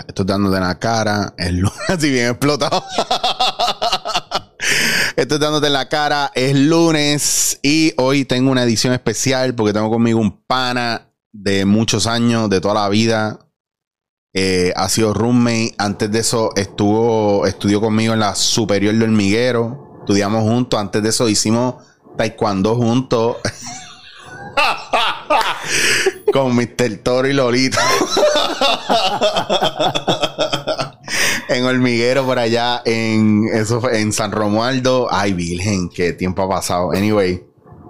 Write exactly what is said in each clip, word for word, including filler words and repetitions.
Esto es dándote en la cara. Es lunes, así bien explotado. Esto es dándote en la cara. Es lunes y hoy tengo una edición especial porque tengo conmigo un pana de muchos años, de toda la vida. Eh, ha sido roommate. Antes de eso estuvo, estudió conmigo en la Superior de Hormiguero. Estudiamos juntos. Antes de eso hicimos taekwondo juntos. Con mister Toro y Lolito. En Hormiguero por allá en eso fue en San Romualdo. Ay, virgen, qué tiempo ha pasado. Anyway,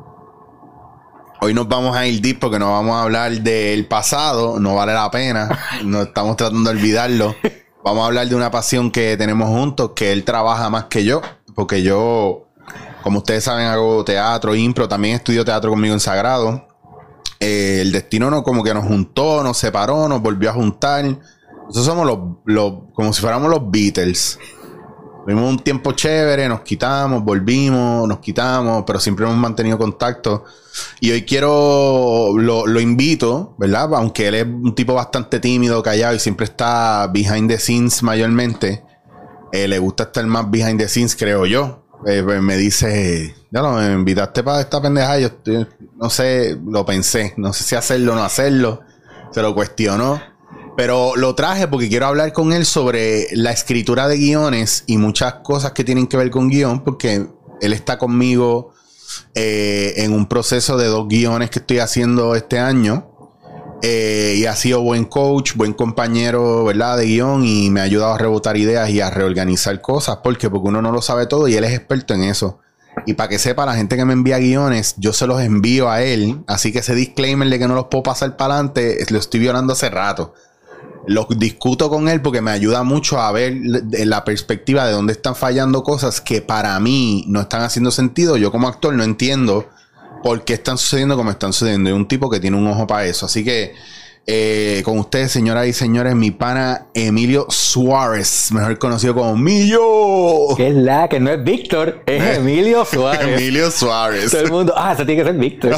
hoy nos vamos a ir deep porque no vamos a hablar del pasado. No vale la pena. No estamos tratando de olvidarlo. Vamos a hablar de una pasión que tenemos juntos, que él trabaja más que yo, porque yo, como ustedes saben, hago teatro, impro. También estudio teatro conmigo en Sagrado. Eh, el destino no, como que nos juntó, nos separó, nos volvió a juntar. Nosotros somos los, los como si fuéramos los Beatles. Tuvimos un tiempo chévere, nos quitamos, volvimos, nos quitamos, pero siempre hemos mantenido contacto. Y hoy quiero, lo, lo invito, ¿verdad? Aunque él es un tipo bastante tímido, callado y siempre está behind the scenes mayormente. Eh, le gusta estar más behind the scenes, creo yo. Eh, me dice, ya no, me invitaste para esta pendeja. Yo estoy, no sé, lo pensé. No sé si hacerlo o no hacerlo. Se lo cuestionó. Pero lo traje porque quiero hablar con él sobre la escritura de guiones y muchas cosas que tienen que ver con guión, porque él está conmigo eh, en un proceso de dos guiones que estoy haciendo este año. Eh, y ha sido buen coach, buen compañero, ¿verdad? De guión, y me ha ayudado a rebotar ideas y a reorganizar cosas. ¿Por qué? Porque uno no lo sabe todo y él es experto en eso. Y para que sepa, la gente que me envía guiones, yo se los envío a él. Así que ese disclaimer de que no los puedo pasar para adelante, lo estoy violando hace rato. Los discuto con él porque me ayuda mucho a ver la perspectiva de dónde están fallando cosas que para mí no están haciendo sentido. Yo como actor no entiendo por qué están sucediendo como están sucediendo. Y un tipo que tiene un ojo para eso. Así que eh, con ustedes, señoras y señores, mi pana Emilio Suárez, mejor conocido como Millo. Que es la que no es Víctor, es Emilio Suárez. Emilio Suárez. Todo el mundo, ah, eso tiene que ser Víctor.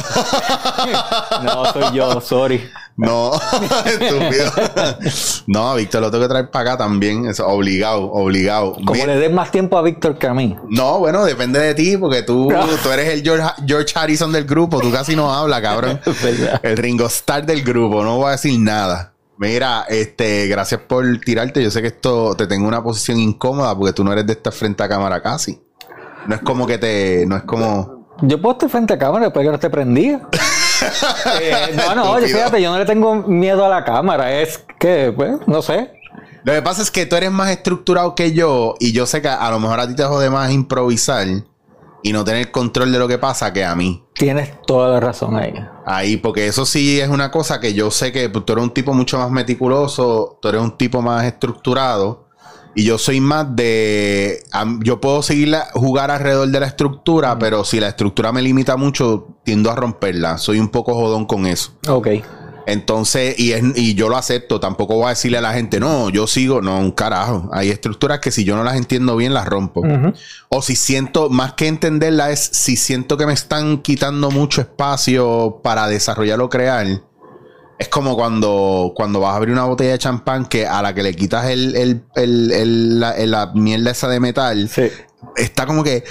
No, soy yo, sorry. No, estúpido. No, Víctor lo tengo que traer para acá también. Es obligado, obligado. Como Mira, le des más tiempo a Víctor que a mí. no, bueno, depende de ti, porque tú, tú eres el George, George Harrison del grupo. Tú casi no hablas, cabrón. El Ringo Starr del grupo. No voy a decir nada. Mira, este, gracias por tirarte. Yo sé que esto te tengo una posición incómoda porque tú no eres de estar frente a cámara casi. No es como que te... No es como... Yo puedo estar frente a cámara después que no esté prendido. eh, no, no, oye, fíjate, yo no le tengo miedo a la cámara. Es que, pues, no sé. Lo que pasa es que tú eres más estructurado que yo y yo sé que a lo mejor a ti te jode más improvisar y no tener control de lo que pasa que a mí. Tienes toda la razón ahí. Ahí, porque eso sí es una cosa que yo sé que pues, tú eres un tipo mucho más meticuloso, tú eres un tipo más estructurado y yo soy más de... Um, yo puedo seguir la, jugar alrededor de la estructura, mm. pero si la estructura me limita mucho, tiendo a romperla. Soy un poco jodón con eso. Ok. Entonces, y, es, y yo lo acepto. Tampoco voy a decirle a la gente, no, yo sigo. No, un carajo. Hay estructuras que si yo no las entiendo bien, las rompo. Uh-huh. O si siento, más que entenderla, es si siento que me están quitando mucho espacio para desarrollar o crear. Es como cuando, cuando vas a abrir una botella de champán que a la que le quitas el, el, el, el, la, la mierda esa de metal, sí. Está como que...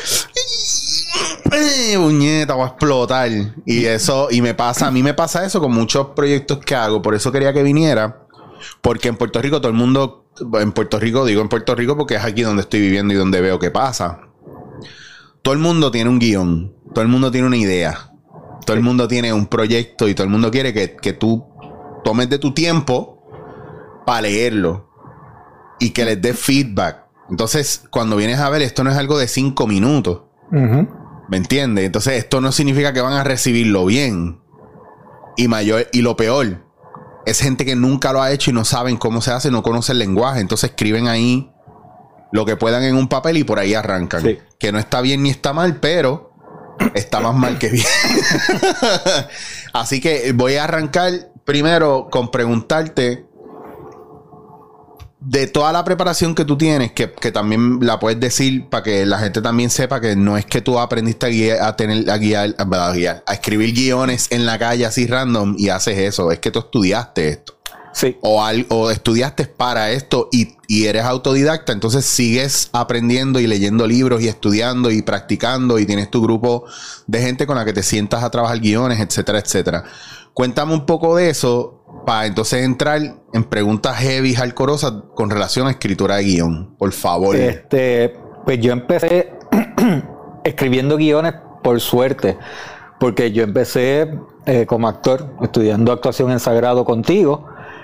Eh, puñeta, voy a explotar. Y eso, y me pasa, a mí me pasa eso con muchos proyectos que hago. Por eso quería que viniera. Porque en Puerto Rico todo el mundo, en Puerto Rico, digo en Puerto Rico porque es aquí donde estoy viviendo y donde veo que pasa. Todo el mundo tiene un guión. Todo el mundo tiene una idea. Todo el mundo tiene un proyecto y todo el mundo quiere que, que tú tomes de tu tiempo para leerlo y que les des feedback. Entonces, cuando vienes a ver, esto no es algo de cinco minutos. Uh-huh. ¿Me entiendes? Entonces, esto no significa que van a recibirlo bien. Y mayor, y lo peor, es gente que nunca lo ha hecho y no saben cómo se hace, no conocen el lenguaje. Entonces, escriben ahí lo que puedan en un papel y por ahí arrancan. Sí. Que no está bien ni está mal, pero está más mal que bien. Así que voy a arrancar primero con preguntarte de toda la preparación que tú tienes, que, que también la puedes decir para que la gente también sepa que no es que tú aprendiste a guiar, a tener a guiar, a, guiar, a escribir guiones en la calle así random y haces eso, es que tú estudiaste esto. Sí. O, al, o estudiaste para esto y, y eres autodidacta, entonces sigues aprendiendo y leyendo libros y estudiando y practicando y tienes tu grupo de gente con la que te sientas a trabajar guiones, etcétera, etcétera. Cuéntame un poco de eso para entonces entrar en preguntas heavy, hardcoreosas con relación a escritura de guión. Por favor. Este, pues yo empecé escribiendo guiones por suerte, porque yo empecé eh, como actor, estudiando actuación en Sagrado contigo.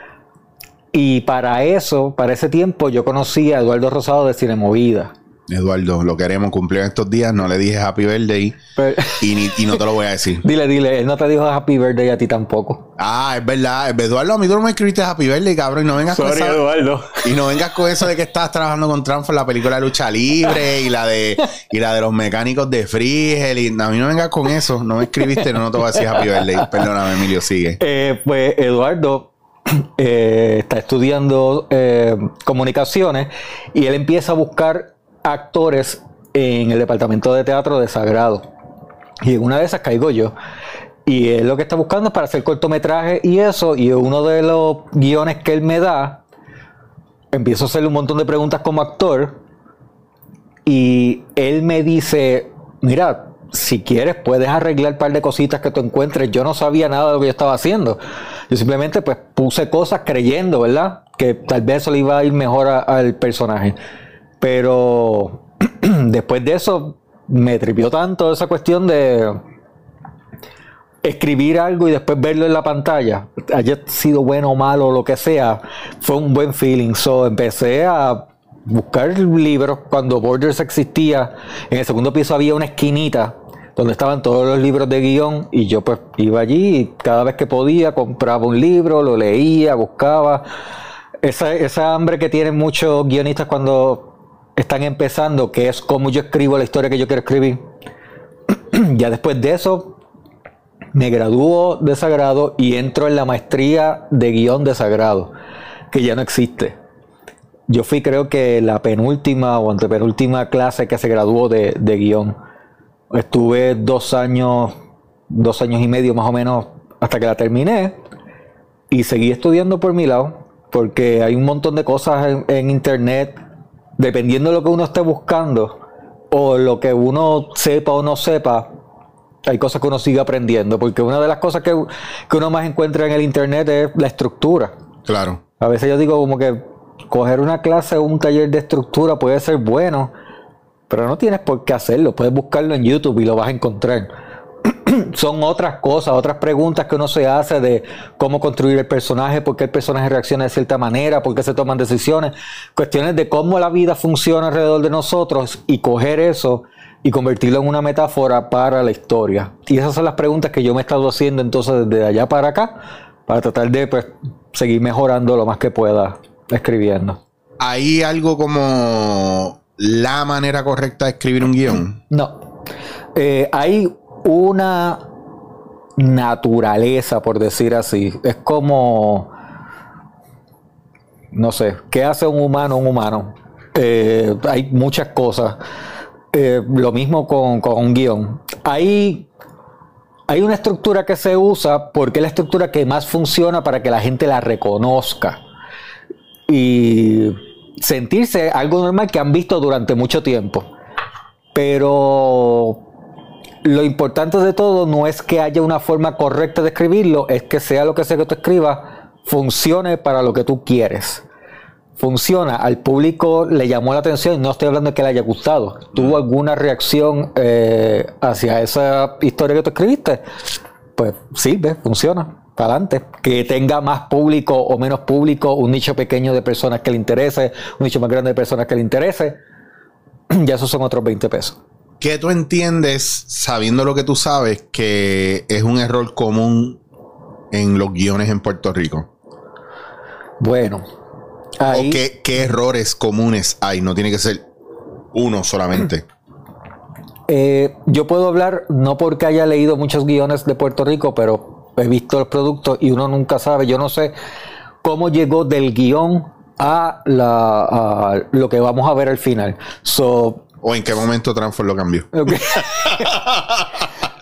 Y para eso, para ese tiempo, yo conocí a Eduardo Rosado de Cinemovida. Eduardo, lo queremos, cumplió en estos días, no le dije Happy Birthday Pero, y, ni, y no te lo voy a decir. Dile, dile, él no te dijo Happy Birthday a ti tampoco. Ah, es verdad. Eduardo, a mí tú no me escribiste Happy Birthday, cabrón, y no vengas Sorry, con esa... Eduardo. Y no vengas con eso de que estás trabajando con Trump en la película de lucha libre y la de y la de los mecánicos de Frigel. Y a mí no vengas con eso, no me escribiste, no, no te voy a decir Happy Birthday. Perdóname, Emilio, sigue. Eh, pues Eduardo eh, está estudiando eh, comunicaciones y él empieza a buscar actores en el departamento de teatro de Sagrado. Y en una de esas caigo yo. Y él lo que está buscando es para hacer cortometrajes y eso. Y uno de los guiones que él me da, empiezo a hacerle un montón de preguntas como actor. Y él me dice, mira, si quieres puedes arreglar un par de cositas que tú encuentres. Yo no sabía nada de lo que yo estaba haciendo. Yo simplemente pues puse cosas creyendo, ¿verdad? Que tal vez eso le iba a ir mejor a, al personaje. Pero después de eso me tripió tanto esa cuestión de escribir algo y después verlo en la pantalla, haya sido bueno o malo o lo que sea, fue un buen feeling. So empecé a buscar libros cuando Borders existía. En el segundo piso había una esquinita donde estaban todos los libros de guión y yo pues iba allí y cada vez que podía compraba un libro, lo leía, buscaba. Esa, esa hambre que tienen muchos guionistas cuando están empezando, que es cómo yo escribo la historia que yo quiero escribir. Ya después de eso me graduó de Sagrado y entro en la maestría de guión de Sagrado, que ya no existe. Yo fui creo que la penúltima o antepenúltima clase que se graduó de, de guión. Estuve dos años, dos años y medio más o menos hasta que la terminé y seguí estudiando por mi lado, porque hay un montón de cosas en, en internet. Dependiendo de lo que uno esté buscando o lo que uno sepa o no sepa, hay cosas que uno sigue aprendiendo, porque una de las cosas que, que uno más encuentra en el internet es la estructura. Claro. A veces yo digo como que coger una clase o un taller de estructura puede ser bueno, pero no tienes por qué hacerlo. Puedes buscarlo en YouTube y lo vas a encontrar. Son otras cosas, otras preguntas que uno se hace de cómo construir el personaje, por qué el personaje reacciona de cierta manera, por qué se toman decisiones, cuestiones de cómo la vida funciona alrededor de nosotros y coger eso y convertirlo en una metáfora para la historia. Y esas son las preguntas que yo me he estado haciendo entonces desde allá para acá, para tratar de pues, seguir mejorando lo más que pueda escribiendo. ¿Hay algo como la manera correcta de escribir un guión? No. Eh, hay una naturaleza, por decir así. Es como, no sé, ¿qué hace un humano un humano? Eh, hay muchas cosas. Eh, lo mismo con, con un guión. Hay, hay una estructura que se usa porque es la estructura que más funciona para que la gente la reconozca y sentirse algo normal que han visto durante mucho tiempo. Pero lo importante de todo no es que haya una forma correcta de escribirlo, es que sea lo que sea que tú escribas, funcione para lo que tú quieres. Funciona, al público le llamó la atención, no estoy hablando de que le haya gustado. ¿Tuvo alguna reacción eh, hacia esa historia que tú escribiste? Pues sirve, funciona, para adelante. Que tenga más público o menos público, un nicho pequeño de personas que le interese, un nicho más grande de personas que le interese, ya esos son otros veinte pesos. ¿Qué tú entiendes, sabiendo lo que tú sabes, que es un error común en los guiones en Puerto Rico? Bueno, ahí... ¿O qué, qué errores comunes hay? No tiene que ser uno solamente. Eh, yo puedo hablar, no porque haya leído muchos guiones de Puerto Rico, pero he visto los productos y uno nunca sabe. Yo no sé cómo llegó del guión a, la, a lo que vamos a ver al final. So, ¿O en qué momento Transform lo cambió? Okay.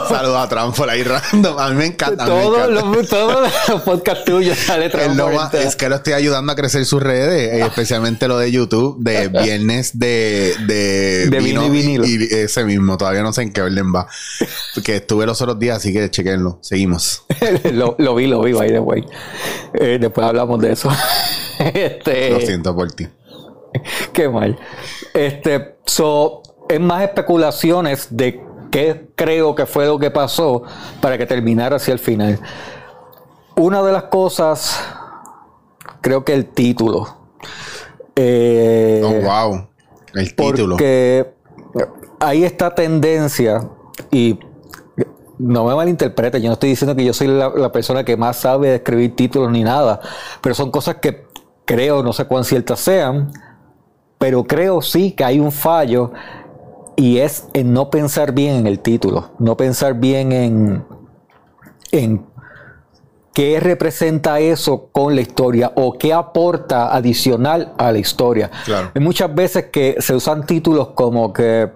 Saludos a Transfor ahí random. A mí me encanta. Todos los, todos los podcasts tuyos sale Transfor. Es, es que lo estoy ayudando a crecer sus redes, eh, especialmente lo de YouTube, de viernes de, de, de vino, vino y vinilo. Y ese mismo, todavía no sé en qué orden va. Porque estuve los otros días, así que chequenlo. Seguimos. lo, lo vi, lo vi, by the way. Eh, después hablamos de eso. este, lo siento por ti. Qué mal. Este, so, es más especulaciones de qué creo que fue lo que pasó para que terminara hacia el final. Una de las cosas, creo que el título. Eh, oh, wow. El título. Porque hay esta tendencia, y no me malinterprete, yo no estoy diciendo que yo soy la, la persona que más sabe de escribir títulos ni nada, pero son cosas que creo, no sé cuán ciertas sean, pero creo sí que hay un fallo, y es en no pensar bien en el título, no pensar bien en, en qué representa eso con la historia o qué aporta adicional a la historia. Claro. Hay muchas veces que se usan títulos como que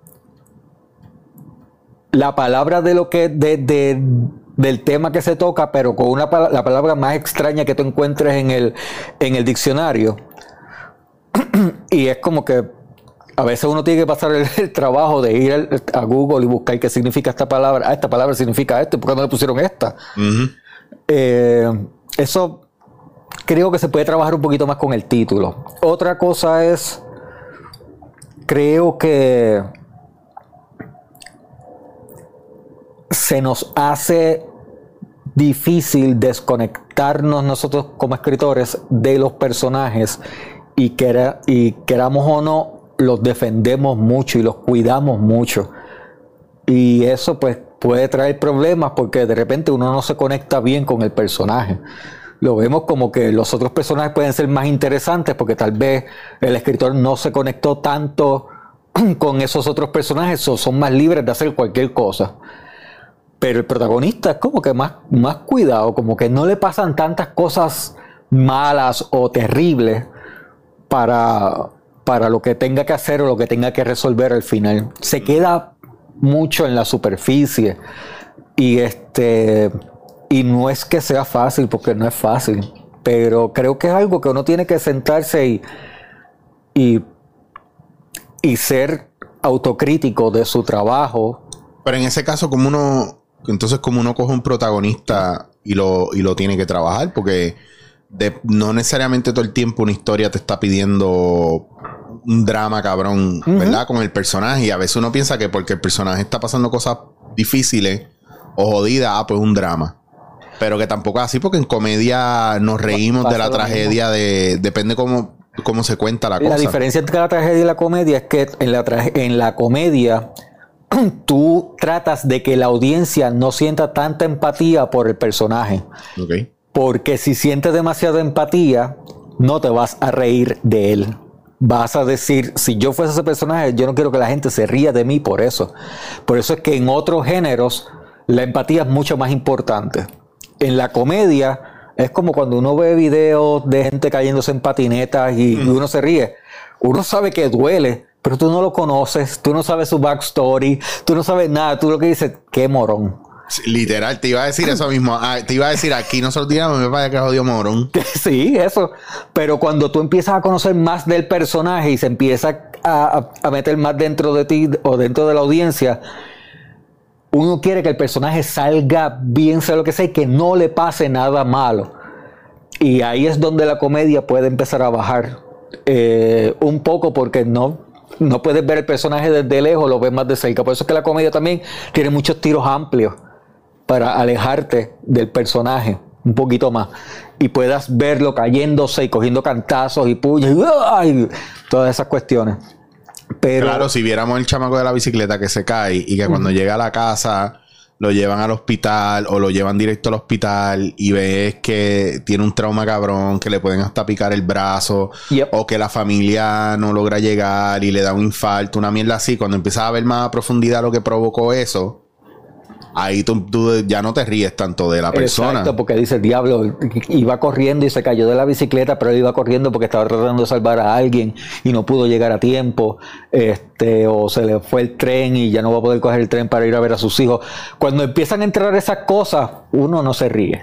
la palabra de lo que de, de, del tema que se toca, pero con una la palabra más extraña que tú encuentres en el, en el diccionario. Y es como que a veces uno tiene que pasar el, el trabajo de ir al, a Google y buscar qué significa esta palabra. Ah, esta palabra significa esto, ¿por qué no le pusieron esta? Uh-huh. Eh, eso creo que se puede trabajar un poquito más con el título. Otra cosa es, creo que se nos hace difícil desconectarnos nosotros como escritores de los personajes y, quera, y queramos o no, los defendemos mucho y los cuidamos mucho. Y eso pues puede traer problemas porque de repente uno no se conecta bien con el personaje. Lo vemos como que los otros personajes pueden ser más interesantes porque tal vez el escritor no se conectó tanto con esos otros personajes o son más libres de hacer cualquier cosa. Pero el protagonista es como que más, más cuidado, como que no le pasan tantas cosas malas o terribles para, para lo que tenga que hacer o lo que tenga que resolver al final. Se queda mucho en la superficie y este y no es que sea fácil, porque no es fácil, pero creo que es algo que uno tiene que sentarse y y, y ser autocrítico de su trabajo. Pero en ese caso, como uno entonces como uno coge un protagonista y lo, y lo tiene que trabajar, porque de, no necesariamente todo el tiempo una historia te está pidiendo un drama cabrón, uh-huh. ¿verdad? Con el personaje, y a veces uno piensa que porque el personaje está pasando cosas difíciles o jodidas, ah, pues un drama. Pero que tampoco es así, porque en comedia nos reímos de la tragedia, de depende cómo, cómo se cuenta la cosa. La diferencia entre la tragedia y la comedia es que en la, tra- en la comedia tú tratas de que la audiencia no sienta tanta empatía por el personaje. Okay. Porque si sientes demasiada empatía, no te vas a reír de él. Vas a decir, si yo fuese ese personaje, yo no quiero que la gente se ría de mí por eso. Por eso es que en otros géneros la empatía es mucho más importante. En la comedia es como cuando uno ve videos de gente cayéndose en patinetas y, mm. y uno se ríe. Uno sabe que duele, pero tú no lo conoces, tú no sabes su backstory, tú no sabes nada. Tú lo que dices, qué morón. Literal, te iba a decir eso mismo. Ah, te iba a decir, aquí nosotros digamos, me parece que jodió morón. Sí, eso. Pero cuando tú empiezas a conocer más del personaje y se empieza a, a meter más dentro de ti o dentro de la audiencia, uno quiere que el personaje salga bien, sea lo que sea, y que no le pase nada malo. Y ahí es donde la comedia puede empezar a bajar eh, un poco, porque no... no puedes ver el personaje desde lejos, lo ves más de cerca. Por eso es que la comedia también tiene muchos tiros amplios para alejarte del personaje un poquito más y puedas verlo cayéndose y cogiendo cantazos y puños y ¡ay! Todas esas cuestiones. Pero claro, si viéramos el chamaco de la bicicleta que se cae y que cuando uh-huh. llega a la casa lo llevan al hospital o lo llevan directo al hospital y ves que tiene un trauma cabrón, que le pueden hasta picar el brazo, yep. o que la familia no logra llegar y le da un infarto, una mierda así, cuando empiezas a ver más a profundidad lo que provocó eso, ahí tú, tú ya no te ríes tanto de la persona. Exacto, porque dice, diablo, iba corriendo y se cayó de la bicicleta, pero él iba corriendo porque estaba tratando de salvar a alguien y no pudo llegar a tiempo, este, o se le fue el tren y ya no va a poder coger el tren para ir a ver a sus hijos. Cuando empiezan a entrar esas cosas, uno no se ríe.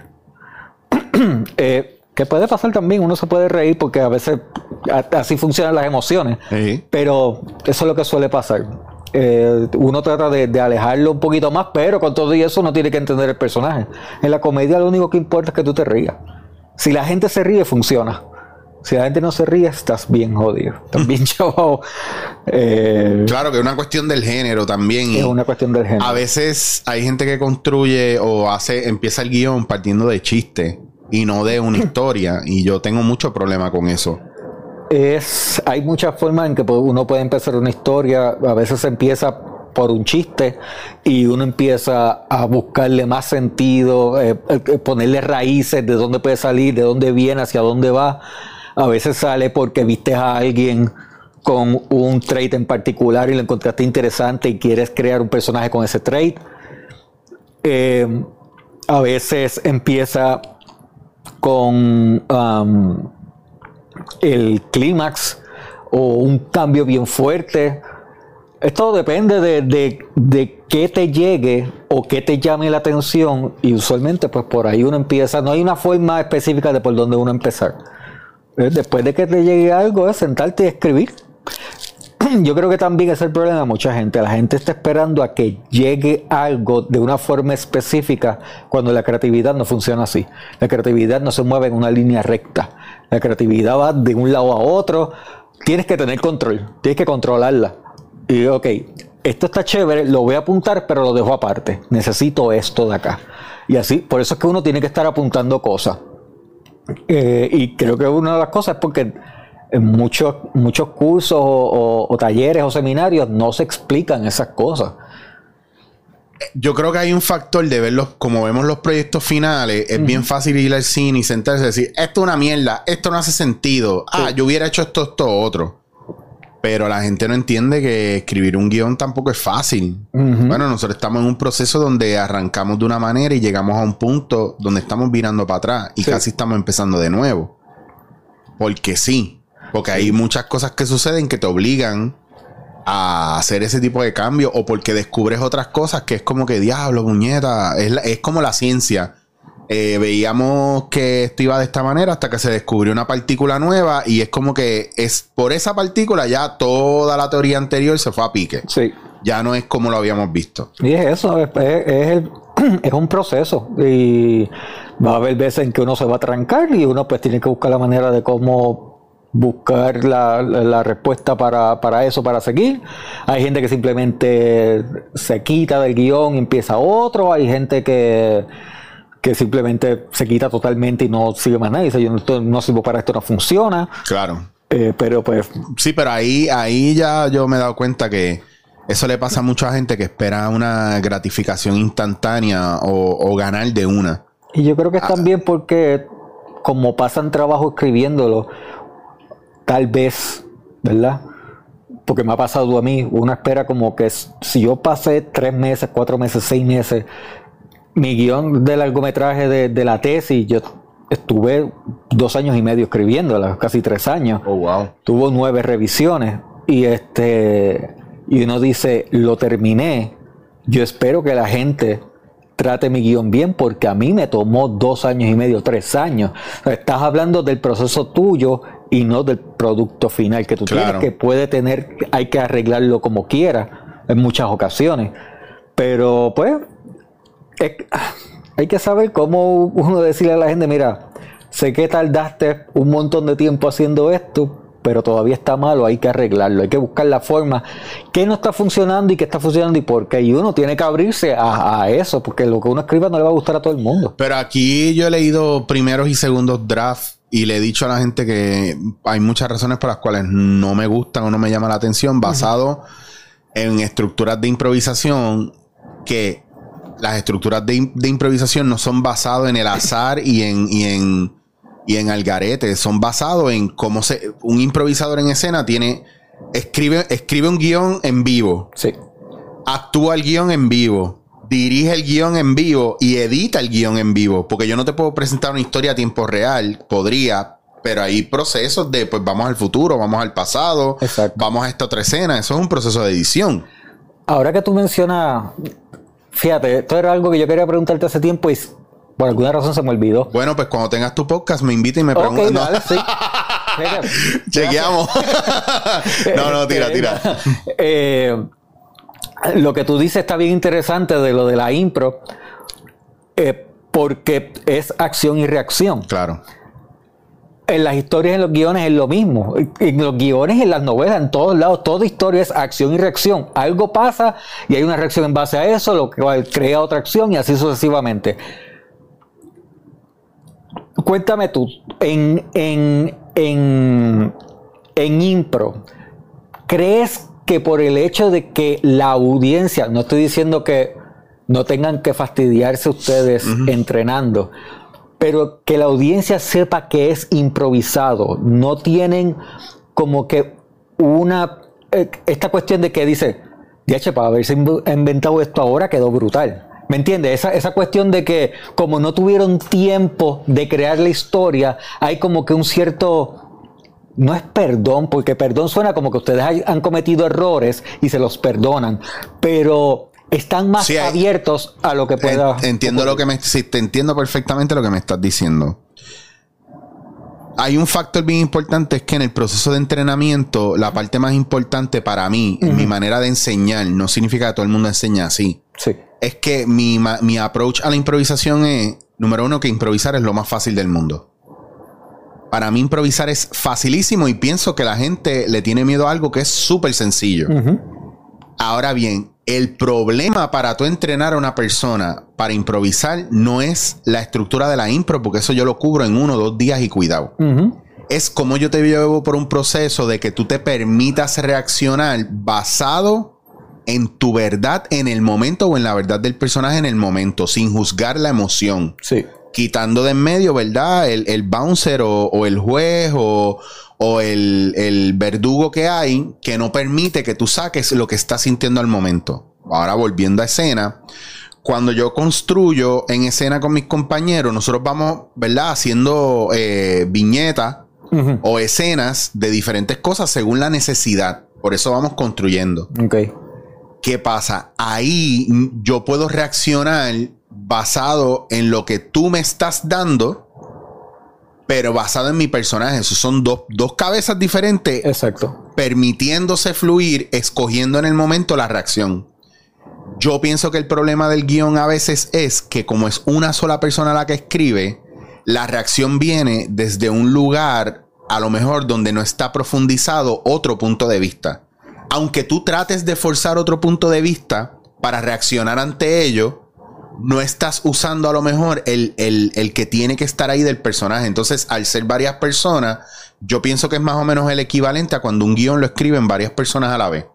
eh, que puede pasar también, uno se puede reír porque a veces así funcionan las emociones, sí. Pero eso es lo que suele pasar. Eh, uno trata de, de alejarlo un poquito más, pero con todo y eso uno tiene que entender el personaje. En la comedia lo único que importa es que tú te rías. Si la gente se ríe, funciona. Si la gente no se ríe, estás bien jodido, estás bien chavado. Eh, claro que es una cuestión del género también. Es una cuestión del género. A veces hay gente que construye o hace, empieza el guión partiendo de chistes y no de una historia, y yo tengo mucho problema con eso. Es, hay muchas formas en que uno puede empezar una historia. A veces se empieza por un chiste y uno empieza a buscarle más sentido, eh, eh, ponerle raíces de dónde puede salir, de dónde viene, hacia dónde va. A veces sale porque viste a alguien con un trait en particular y lo encontraste interesante y quieres crear un personaje con ese trait. Eh, a veces empieza con um, el clímax o un cambio bien fuerte. Esto depende de, de, de qué te llegue o qué te llame la atención, y usualmente pues por ahí uno empieza. No hay una forma específica de por dónde uno empezar. Después de que te llegue algo es sentarte y escribir. Yo creo que también es el problema de mucha gente. La gente está esperando a que llegue algo de una forma específica cuando la creatividad no funciona así. La creatividad no se mueve en una línea recta. La creatividad va de un lado a otro. Tienes que tener control. Tienes que controlarla. Y ok, esto está chévere, lo voy a apuntar, pero lo dejo aparte. Necesito esto de acá. Y así, por eso es que uno tiene que estar apuntando cosas. Eh, y creo que una de las cosas es porque en muchos, muchos cursos o, o, o talleres o seminarios no se explican esas cosas. Yo creo que hay un factor de verlos, como vemos los proyectos finales, es uh-huh. bien fácil ir al cine y sentarse y decir, esto es una mierda, esto no hace sentido, sí. ah, yo hubiera hecho esto, esto, otro. Pero la gente no entiende que escribir un guión tampoco es fácil. Uh-huh. Bueno, nosotros estamos en un proceso donde arrancamos de una manera y llegamos a un punto donde estamos virando para atrás y sí. casi estamos empezando de nuevo. Porque sí. Porque sí. hay muchas cosas que suceden que te obligan a hacer ese tipo de cambio, o porque descubres otras cosas que es como que diablo, puñeta. Es, la, es como la ciencia. Eh, veíamos que esto iba de esta manera hasta que se descubrió una partícula nueva, y es como que es por esa partícula ya toda la teoría anterior se fue a pique. Sí. Ya no es como lo habíamos visto. Y es eso, es, es, es, el, es un proceso, y va a haber veces en que uno se va a trancar y uno pues tiene que buscar la manera de cómo buscar la, la, la respuesta para, para eso, para seguir. Hay gente que simplemente se quita del guión y empieza otro. Hay gente que que simplemente se quita totalmente y no sigue más nada. Dice, yo no, no sirvo para esto, no funciona. Claro. Eh, pero pues... Sí, pero ahí, ahí ya yo me he dado cuenta que eso le pasa a mucha gente que espera una gratificación instantánea o, o ganar de una. Y yo creo que es ah. también porque como pasan trabajo escribiéndolo, tal vez, ¿verdad? Porque me ha pasado a mí, uno espera como que si yo pasé tres meses, cuatro meses, seis meses... Mi guión de largometraje de, de la tesis, yo estuve dos años y medio escribiéndola, casi tres años. Oh, wow. Tuvo nueve revisiones. Y este y uno dice, lo terminé. Yo espero que la gente trate mi guión bien, porque a mí me tomó dos años y medio, tres años. O sea, estás hablando del proceso tuyo y no del producto final que tú claro. tienes, que puede tener, hay que arreglarlo como quiera en muchas ocasiones. Pero pues... Es, hay que saber cómo uno decirle a la gente, mira, sé que tardaste un montón de tiempo haciendo esto, pero todavía está malo, hay que arreglarlo, hay que buscar la forma, qué no está funcionando y qué está funcionando y por qué, y uno tiene que abrirse a, a eso, porque lo que uno escriba no le va a gustar a todo el mundo. Pero aquí yo he leído primeros y segundos drafts y le he dicho a la gente que hay muchas razones por las cuales no me gustan o no me llaman la atención, basado uh-huh. en estructuras de improvisación que... Las estructuras de, de improvisación no son basadas en el azar y en, y en, y en algarete. Son basados en cómo se, un improvisador en escena tiene, escribe, escribe un guión en vivo. Sí. Actúa el guión en vivo. dirige el guión en vivo y edita el guión en vivo. Porque yo no te puedo presentar una historia a tiempo real. Podría, pero hay procesos de, pues vamos al futuro, vamos al pasado, Exacto. vamos a esta otra escena. Eso es un proceso de edición. Ahora que tú mencionas, fíjate, esto era algo que yo quería preguntarte hace tiempo y por alguna razón se me olvidó. Bueno, pues cuando tengas tu podcast me invita y me pregunta. Ok, No. dale, sí. Mira, Chequeamos. no, no, tira, tira. Eh, lo que tú dices está bien interesante de lo de la impro, eh, porque es acción y reacción. Claro. En las historias, en los guiones es lo mismo. En los guiones, en las novelas, en todos lados, toda historia es acción y reacción. Algo pasa y hay una reacción en base a eso, lo que crea otra acción y así sucesivamente. Cuéntame tú, en, en, en, en impro, ¿crees que por el hecho de que la audiencia, no estoy diciendo que no tengan que fastidiarse ustedes uh-huh. entrenando, pero que la audiencia sepa que es improvisado, no tienen como que una, eh, esta cuestión de que dice, ya para haberse inventado esto ahora quedó brutal? ¿Me entiendes? Esa, esa cuestión de que como no tuvieron tiempo de crear la historia, hay como que un cierto, no es perdón, porque perdón suena como que ustedes hay, han cometido errores y se los perdonan, pero están más sí, hay, abiertos a lo que pueda... Entiendo ocurrir. lo que me... Sí, te entiendo perfectamente lo que me estás diciendo. Hay un factor bien importante, es que en el proceso de entrenamiento, la parte más importante para mí, uh-huh. en mi manera de enseñar, no significa que todo el mundo enseña así. Sí. Es que mi, mi approach a la improvisación es, número uno, que improvisar es lo más fácil del mundo. Para mí improvisar es facilísimo y pienso que la gente le tiene miedo a algo que es súper sencillo. Uh-huh. Ahora bien, el problema para tú entrenar a una persona para improvisar no es la estructura de la impro, porque eso yo lo cubro en uno o dos días y cuidado. Uh-huh. Es como yo te llevo por un proceso de que tú te permitas reaccionar basado en tu verdad en el momento o en la verdad del personaje en el momento, sin juzgar la emoción. Sí. Quitando de en medio, ¿verdad? El, el bouncer o, o el juez o, o el, el verdugo que hay que no permite que tú saques lo que estás sintiendo al momento. Ahora, volviendo a escena, cuando yo construyo en escena con mis compañeros, nosotros vamos, ¿verdad? Haciendo eh, viñetas uh-huh. o escenas de diferentes cosas según la necesidad. Por eso vamos construyendo. Ok. ¿Qué pasa? Ahí yo puedo reaccionar basado en lo que tú me estás dando, pero basado en mi personaje. Esos son dos, dos cabezas diferentes. Exacto. Permitiéndose fluir, escogiendo en el momento la reacción. Yo pienso que el problema del guión a veces es que como es una sola persona la que escribe, la reacción viene desde un lugar a lo mejor donde no está profundizado otro punto de vista. Aunque tú trates de forzar otro punto de vista para reaccionar ante ello, no estás usando a lo mejor el, el, el que tiene que estar ahí del personaje. Entonces, al ser varias personas, yo pienso que es más o menos el equivalente a cuando un guión lo escriben varias personas a la vez.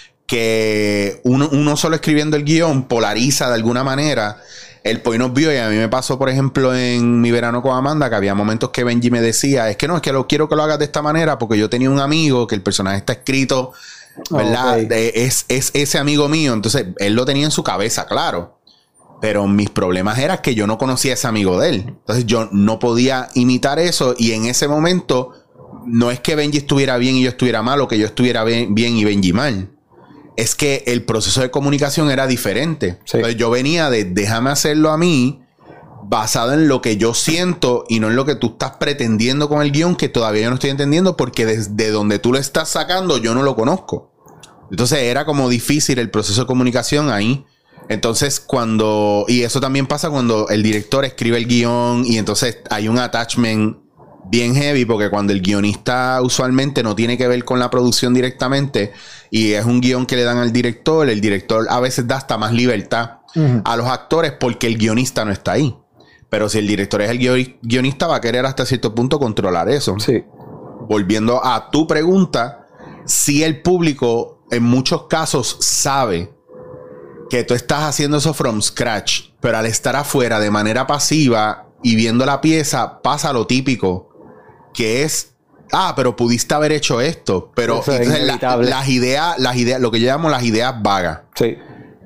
Que uno, uno solo escribiendo el guión polariza de alguna manera el point of view. Y a mí me pasó, por ejemplo, en Mi Verano con Amanda, que había momentos que Benji me decía, es que no, es que lo quiero que lo hagas de esta manera porque yo tenía un amigo que el personaje está escrito, ¿verdad? Okay. Es, es ese amigo mío. Entonces, él lo tenía en su cabeza, claro. Pero mis problemas eran que yo no conocía a ese amigo de él. Entonces, yo no podía imitar eso. Y en ese momento, no es que Benji estuviera bien y yo estuviera mal, o que yo estuviera bien, bien y Benji mal. Es que el proceso de comunicación era diferente. Sí. Entonces, yo venía de déjame hacerlo a mí, basado en lo que yo siento y no en lo que tú estás pretendiendo con el guión, que todavía yo no estoy entendiendo, porque desde donde tú lo estás sacando yo no lo conozco. Entonces era como difícil el proceso de comunicación ahí. Entonces cuando... Y eso también pasa cuando el director escribe el guión y entonces hay un attachment bien heavy, porque cuando el guionista usualmente no tiene que ver con la producción directamente y es un guión que le dan al director, el director a veces da hasta más libertad uh-huh. a los actores porque el guionista no está ahí. Pero si el director es el guionista, va a querer hasta cierto punto controlar eso. Sí. Volviendo a tu pregunta, si el público en muchos casos sabe que tú estás haciendo eso from scratch, pero al estar afuera de manera pasiva y viendo la pieza, pasa lo típico, que es, ah, pero pudiste haber hecho esto. Pero entonces la, las ideas, las ideas, lo que yo llamo las ideas vagas. Sí.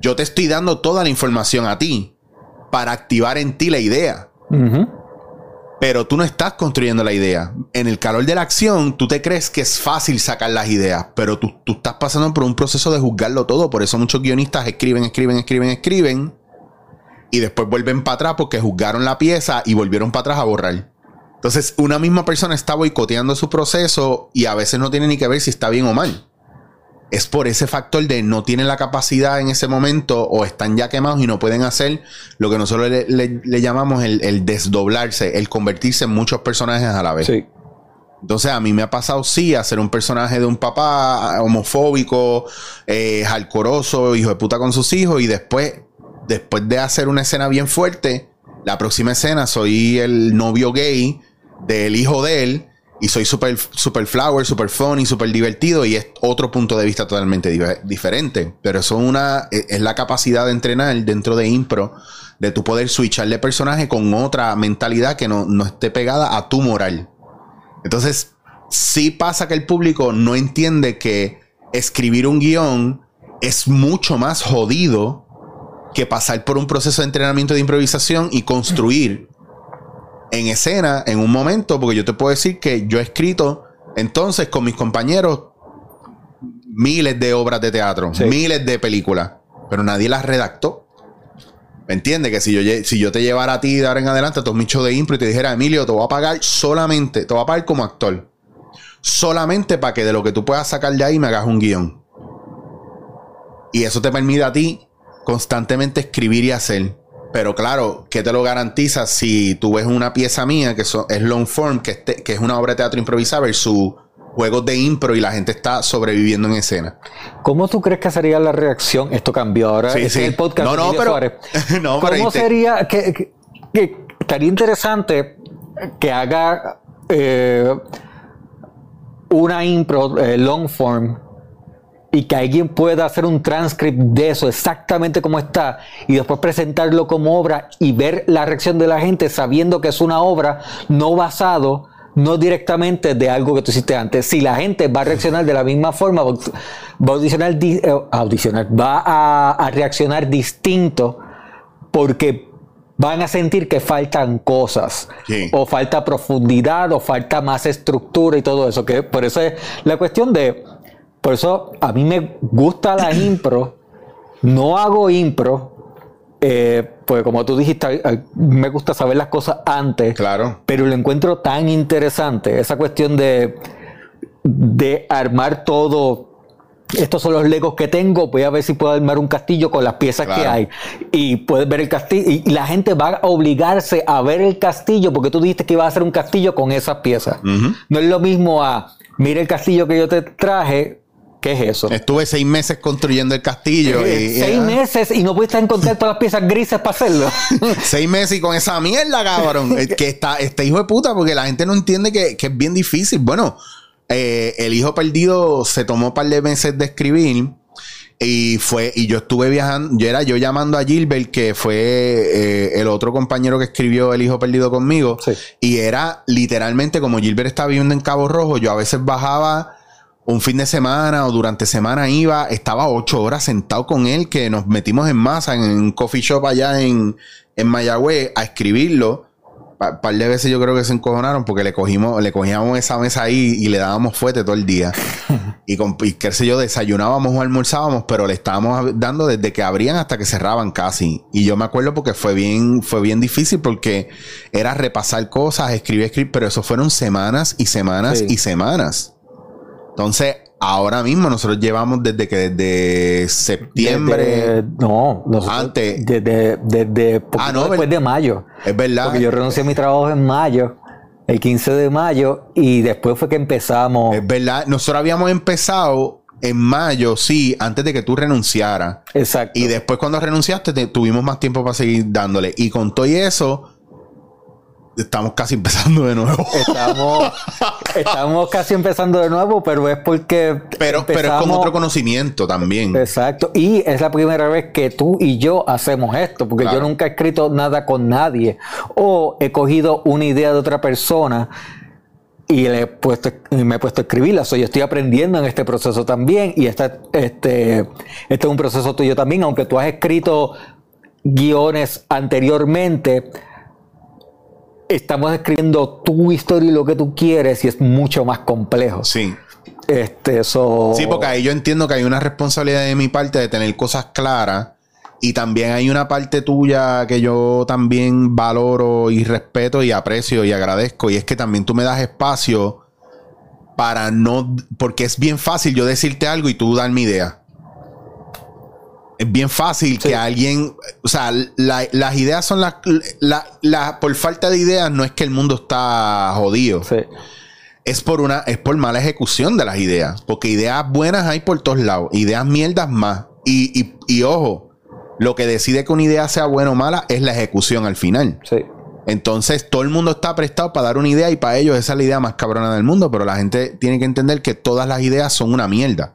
Yo te estoy dando toda la información a ti para activar en ti la idea. Uh-huh. Pero tú no estás construyendo la idea. En el calor de la acción, tú te crees que es fácil sacar las ideas, pero tú, tú estás pasando por un proceso de juzgarlo todo. Por eso muchos guionistas escriben, escriben, escriben, escriben, y después vuelven para atrás porque juzgaron la pieza y volvieron para atrás a borrar. Entonces, una misma persona está boicoteando su proceso y a veces no tiene ni que ver si está bien o mal. Es por ese factor de no tienen la capacidad en ese momento o están ya quemados y no pueden hacer lo que nosotros le, le, le llamamos el, el desdoblarse, el convertirse en muchos personajes a la vez. Sí. Entonces a mí me ha pasado sí hacer un personaje de un papá homofóbico, eh, jalcoroso, hijo de puta con sus hijos, y después, después de hacer una escena bien fuerte, la próxima escena soy el novio gay del hijo de él. Y soy super, super flower, super funny, super divertido. Y es otro punto de vista totalmente di- diferente. Pero eso es, una, es la capacidad de entrenar dentro de impro. De tu poder switchar de personaje con otra mentalidad que no, no esté pegada a tu moral. Entonces, sí pasa que el público no entiende que escribir un guión es mucho más jodido que pasar por un proceso de entrenamiento de improvisación y construir en escena, en un momento, porque yo te puedo decir que yo he escrito entonces con mis compañeros miles de obras de teatro, sí. miles de películas, pero nadie las redactó. ¿Me entiendes? Que si yo, si yo te llevara a ti de ahora en adelante a todos mis shows de impro y te dijera, Emilio, te voy a pagar solamente, te voy a pagar como actor, solamente para que de lo que tú puedas sacar de ahí me hagas un guión. Y eso te permite a ti constantemente escribir y hacer. Pero claro, ¿qué te lo garantiza si tú ves una pieza mía que so, es long form, que, este, que es una obra de teatro improvisada versus juegos de impro y la gente está sobreviviendo en escena? ¿Cómo tú crees que sería la reacción? Esto cambió ahora. Sí, este sí. es el podcast. No, no, pero, no, ¿Cómo pero sería? Que, que, que estaría interesante que haga eh, una impro eh, long form y que alguien pueda hacer un transcript de eso exactamente como está y después presentarlo como obra y ver la reacción de la gente sabiendo que es una obra no basado, no directamente de algo que tú hiciste antes. Si la gente va a reaccionar de la misma forma, va a audicionar, eh, audicionar va a, a reaccionar distinto porque van a sentir que faltan cosas, sí. o falta profundidad, o falta más estructura y todo eso. Que por eso es la cuestión de... Por eso a mí me gusta la impro. No hago impro. Eh, pues como tú dijiste, me gusta saber las cosas antes. Claro. Pero lo encuentro tan interesante. Esa cuestión de, de armar todo. Estos son los legos que tengo. Voy a ver si puedo armar un castillo con las piezas claro. que hay. Y puedes ver el castillo. Y la gente va a obligarse a ver el castillo porque tú dijiste que ibas a hacer un castillo con esas piezas. Uh-huh. No es lo mismo a, mira el castillo que yo te traje. ¿Qué es eso? Estuve seis meses construyendo el castillo. Eh, y, seis y, meses y no pudiste encontrar todas las piezas grises para hacerlo. Seis meses y con esa mierda, cabrón. que está este hijo de puta, porque la gente no entiende que, que es bien difícil. Bueno, eh, El Hijo Perdido se tomó un par de meses de escribir. Y fue, y yo estuve viajando, yo era yo llamando a Gilbert, que fue eh, el otro compañero que escribió El Hijo Perdido conmigo. Sí. Y era literalmente como Gilbert estaba viviendo en Cabo Rojo, yo a veces bajaba un fin de semana o durante semana iba, estaba ocho horas sentado con él, que nos metimos en masa en un coffee shop allá en, en Mayagüez a escribirlo. Un par de veces yo creo que se encojonaron porque le cogimos, le cogíamos esa mesa ahí y le dábamos fuete todo el día. y, con, y qué sé yo, desayunábamos o almorzábamos, pero le estábamos dando desde que abrían hasta que cerraban casi. Y yo me acuerdo porque fue bien, fue bien difícil porque era repasar cosas, escribir, escribir, pero eso fueron semanas y semanas sí. y semanas. Entonces, ahora mismo nosotros llevamos desde que desde septiembre. Desde, no, antes. Desde, desde ah, no, después de mayo. Es verdad. Porque yo renuncié a mi trabajo en mayo, el quince de mayo, y después fue que empezamos. Es verdad. Nosotros habíamos empezado en mayo, sí, antes de que tú renunciaras. Exacto. Y después, cuando renunciaste, te, tuvimos más tiempo para seguir dándole. Y con todo y eso. Estamos casi empezando de nuevo. Estamos, estamos casi empezando de nuevo, pero es porque... Pero, pero es con otro conocimiento también. Exacto. Y es la primera vez que tú y yo hacemos esto, porque claro. yo nunca he escrito nada con nadie. O he cogido una idea de otra persona y le he puesto, me he puesto a escribirla. So, yo estoy aprendiendo en este proceso también, y esta, este, este es un proceso tuyo también, aunque tú has escrito guiones anteriormente. Estamos escribiendo tu historia y lo que tú quieres, y es mucho más complejo. Sí. Este, so... Sí, porque ahí yo entiendo que hay una responsabilidad de mi parte de tener cosas claras, y también hay una parte tuya que yo también valoro y respeto y aprecio y agradezco, y es que también tú me das espacio para no... Porque es bien fácil yo decirte algo y tú dar mi idea. Es bien fácil sí. que alguien... O sea, la, las ideas son las... La, la, por falta de ideas no es que el mundo está jodido. Sí. Es por una... Es por mala ejecución de las ideas. Porque ideas buenas hay por todos lados. Ideas mierdas más. Y, y, y ojo, lo que decide que una idea sea buena o mala es la ejecución al final. Sí. Entonces, todo el mundo está prestado para dar una idea, y para ellos esa es la idea más cabrona del mundo. Pero la gente tiene que entender que todas las ideas son una mierda.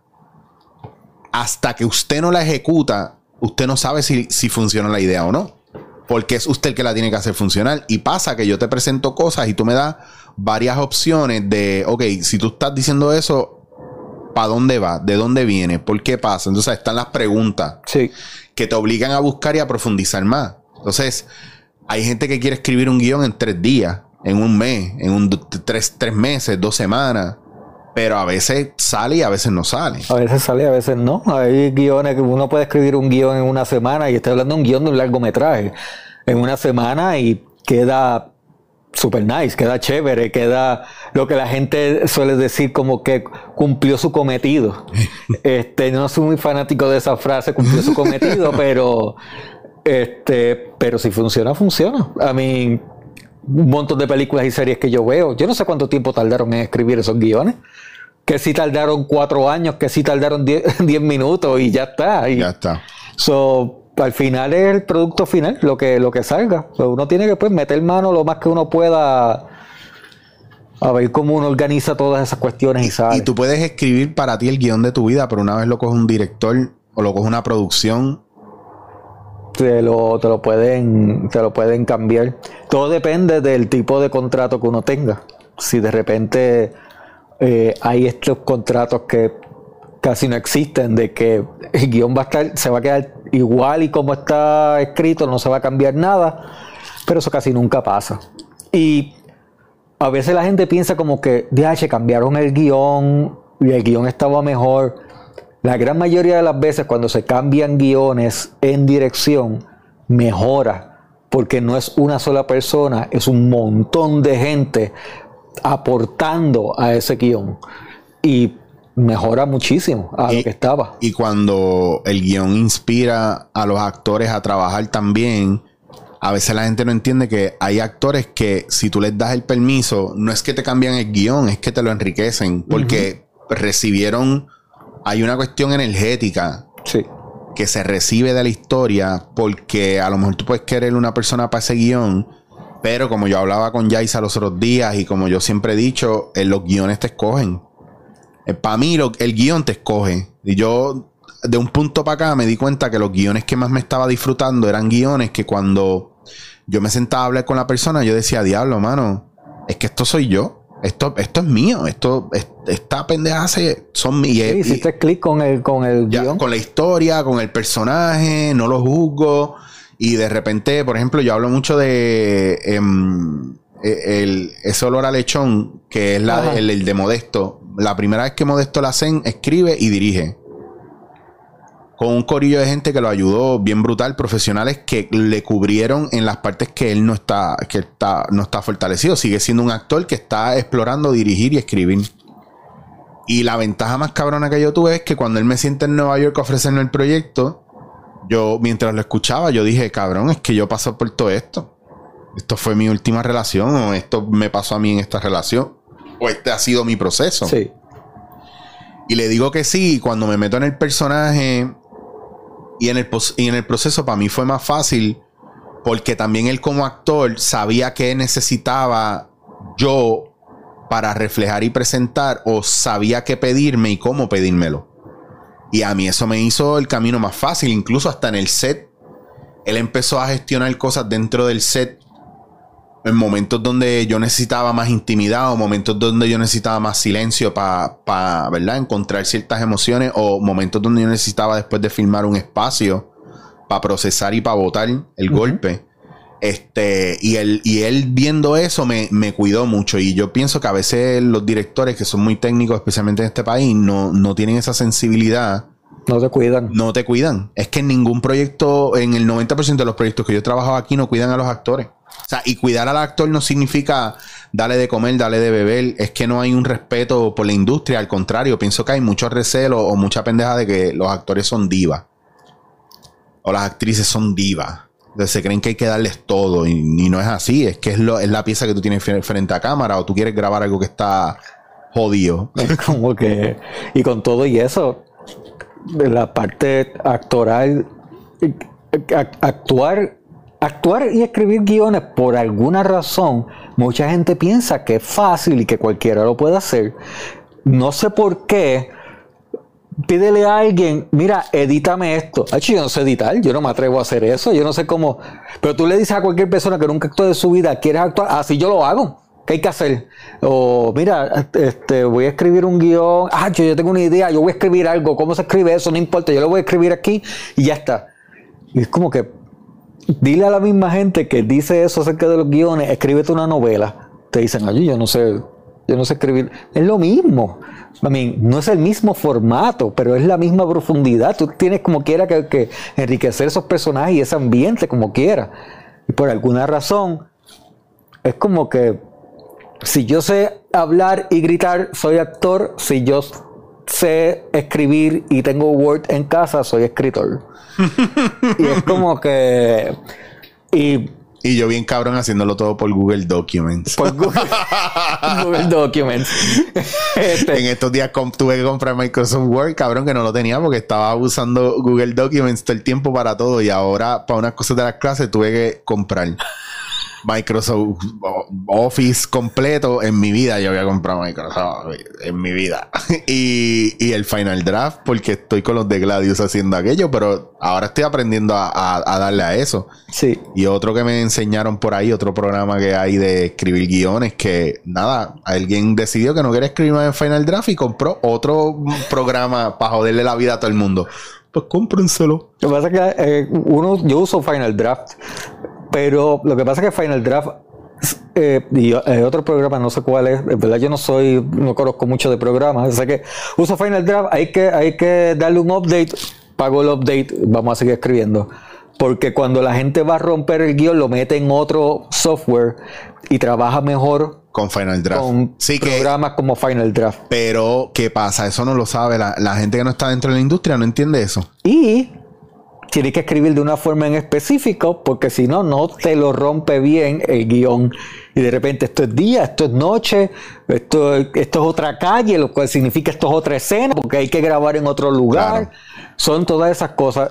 Hasta que usted no la ejecuta, usted no sabe si, si funciona la idea o no. Porque es usted el que la tiene que hacer funcionar. Y pasa que yo te presento cosas y tú me das varias opciones de, ok, si tú estás diciendo eso, ¿para dónde va? ¿De dónde viene? ¿Por qué pasa? Entonces están las preguntas sí. que te obligan a buscar y a profundizar más. Entonces, hay gente que quiere escribir un guión en tres días, en un mes, en un tres, tres meses, dos semanas. Pero a veces sale y a veces no sale. A veces sale, a veces no. Hay guiones que uno puede escribir un guión en una semana, y estoy hablando de un guión de un largometraje, en una semana, y queda super nice, queda chévere, queda lo que la gente suele decir como que cumplió su cometido. este, no soy muy fanático de esa frase, cumplió su cometido, pero este, pero si funciona, funciona. A mí, un montón de películas y series que yo veo, yo no sé cuánto tiempo tardaron en escribir esos guiones. Que sí tardaron cuatro años, que sí tardaron diez minutos, y ya está. Y ya está. So, al final es el producto final, lo que, lo que salga. So, uno tiene que pues meter mano lo más que uno pueda a ver cómo uno organiza todas esas cuestiones y, y sale. Y tú puedes escribir para ti el guión de tu vida, pero una vez lo coge un director o lo coge una producción, te lo, te lo pueden, te lo pueden cambiar. Todo depende del tipo de contrato que uno tenga. Si de repente eh, hay estos contratos que casi no existen, de que el guión va a estar, se va a quedar igual y como está escrito, no se va a cambiar nada, pero eso casi nunca pasa. Y a veces la gente piensa como que, D H, cambiaron el guión y el guión estaba mejor. La gran mayoría de las veces cuando se cambian guiones en dirección, mejora, porque no es una sola persona, es un montón de gente aportando a ese guión, y mejora muchísimo a y, lo que estaba. Y cuando el guión inspira a los actores a trabajar también, a veces la gente no entiende que hay actores que si tú les das el permiso, no es que te cambian el guión, es que te lo enriquecen, porque uh-huh. recibieron... Hay una cuestión energética sí. que se recibe de la historia, porque a lo mejor tú puedes querer una persona para ese guión, pero como yo hablaba con Yaisa los otros días y como yo siempre he dicho, eh, los guiones te escogen. Eh, para mí lo, el guión te escoge. Y yo de un punto para acá me di cuenta que los guiones que más me estaba disfrutando eran guiones que cuando yo me sentaba a hablar con la persona, yo decía, diablo, mano, es que esto soy yo. Esto, esto es mío, esto, es, esta pendeja se, son mías. Sí, hiciste clic con el, con el ya, guión. Con la historia, con el personaje, no lo juzgo. Y de repente, por ejemplo, yo hablo mucho de um, el, ese olor a lechón, que es la, el, el de Modesto. La primera vez que Modesto la hacen, escribe y dirige. Con un corillo de gente que lo ayudó bien brutal, profesionales que le cubrieron en las partes que él no está, que está, no está fortalecido. Sigue siendo un actor que está explorando dirigir y escribir. Y la ventaja más cabrona que yo tuve es que cuando él me siente en Nueva York a ofrecerme el proyecto, yo mientras lo escuchaba, yo dije, cabrón, es que yo pasé por todo esto. Esto fue mi última relación, o esto me pasó a mí en esta relación, o este ha sido mi proceso. Sí. Y le digo que sí, cuando me meto en el personaje... Y en, el y en el proceso para mí fue más fácil porque también él como actor sabía qué necesitaba yo para reflejar y presentar, o sabía qué pedirme y cómo pedírmelo. Y a mí eso me hizo el camino más fácil, incluso hasta en el set. Él empezó a gestionar cosas dentro del set en momentos donde yo necesitaba más intimidad o momentos donde yo necesitaba más silencio para, pa, ¿verdad? Encontrar ciertas emociones o momentos donde yo necesitaba después de filmar un espacio para procesar y para botar el uh-huh. golpe. Este, y él, y él viendo eso me, me cuidó mucho. Y yo pienso que a veces los directores que son muy técnicos, especialmente en este país, no, no tienen esa sensibilidad. No te cuidan. No te cuidan. Es que en ningún proyecto, en el noventa por ciento de los proyectos que yo he trabajado aquí, no cuidan a los actores. O sea, y cuidar al actor no significa darle de comer, darle de beber. Es que no hay un respeto por la industria. Al contrario, pienso que hay mucho recelo o mucha pendeja de que los actores son divas. O las actrices son divas. Entonces se creen que hay que darles todo. Y, y no es así. Es que es, lo, es la pieza que tú tienes frente a cámara. O tú quieres grabar algo que está jodido. Es como que... Y con todo y eso, de la parte actoral, actuar... Actuar y escribir guiones, por alguna razón, mucha gente piensa que es fácil y que cualquiera lo puede hacer. No sé por qué. Pídele a alguien, mira, edítame esto. Ay, yo no sé editar, yo no me atrevo a hacer eso, yo no sé cómo. Pero tú le dices a cualquier persona que nunca actuó de su vida, ¿quieres actuar? Ah, sí, yo lo hago. ¿Qué hay que hacer? O mira, este, voy a escribir un guión. Ah, yo, yo tengo una idea, yo voy a escribir algo. ¿Cómo se escribe eso? No importa, yo lo voy a escribir aquí y ya está. Y es como que dile a la misma gente que dice eso acerca de los guiones, escríbete una novela. Te dicen, oye, yo no sé, yo no sé escribir. Es lo mismo. I mean, no es el mismo formato, pero es la misma profundidad. Tú tienes como quiera que, que enriquecer esos personajes y ese ambiente como quiera. Y por alguna razón, es como que si yo sé hablar y gritar, soy actor. Si yo sé escribir y tengo Word en casa, soy escritor. Y es como que y, y yo bien cabrón haciéndolo todo por Google Documents. Por Google, Google Documents. Este. En estos días com- tuve que comprar Microsoft Word, cabrón, que no lo tenía porque estaba usando Google Documents todo el tiempo para todo. Y ahora para unas cosas de las clases tuve que comprar Microsoft Office completo. En mi vida yo había comprado Microsoft en mi vida. y, y el Final Draft, porque estoy con los de Gladius haciendo aquello, pero ahora estoy aprendiendo a, a, a darle a eso. Sí. Y otro que me enseñaron por ahí, otro programa que hay de escribir guiones, que nada, alguien decidió que no quería escribir más en Final Draft y compró otro programa para joderle la vida a todo el mundo. Pues cómprenselo. Lo que pasa es que eh, uno, yo uso Final Draft. Pero lo que pasa es que Final Draft eh, y eh, otro programa, no sé cuál es, en verdad yo no soy, no conozco mucho de programas, o sea que uso Final Draft, hay que, hay que darle un update, pago el update, vamos a seguir escribiendo. Porque cuando la gente va a romper el guión, lo mete en otro software y trabaja mejor con Final Draft. Con sí, programas que, como Final Draft. Pero, ¿qué pasa? Eso no lo sabe. La, la gente que no está dentro de la industria no entiende eso. Y tienes que escribir de una forma en específico, porque si no, no te lo rompe bien el guión. Y de repente esto es día, esto es noche, esto, esto es otra calle, lo cual significa esto es otra escena, porque hay que grabar en otro lugar. Claro. Son todas esas cosas.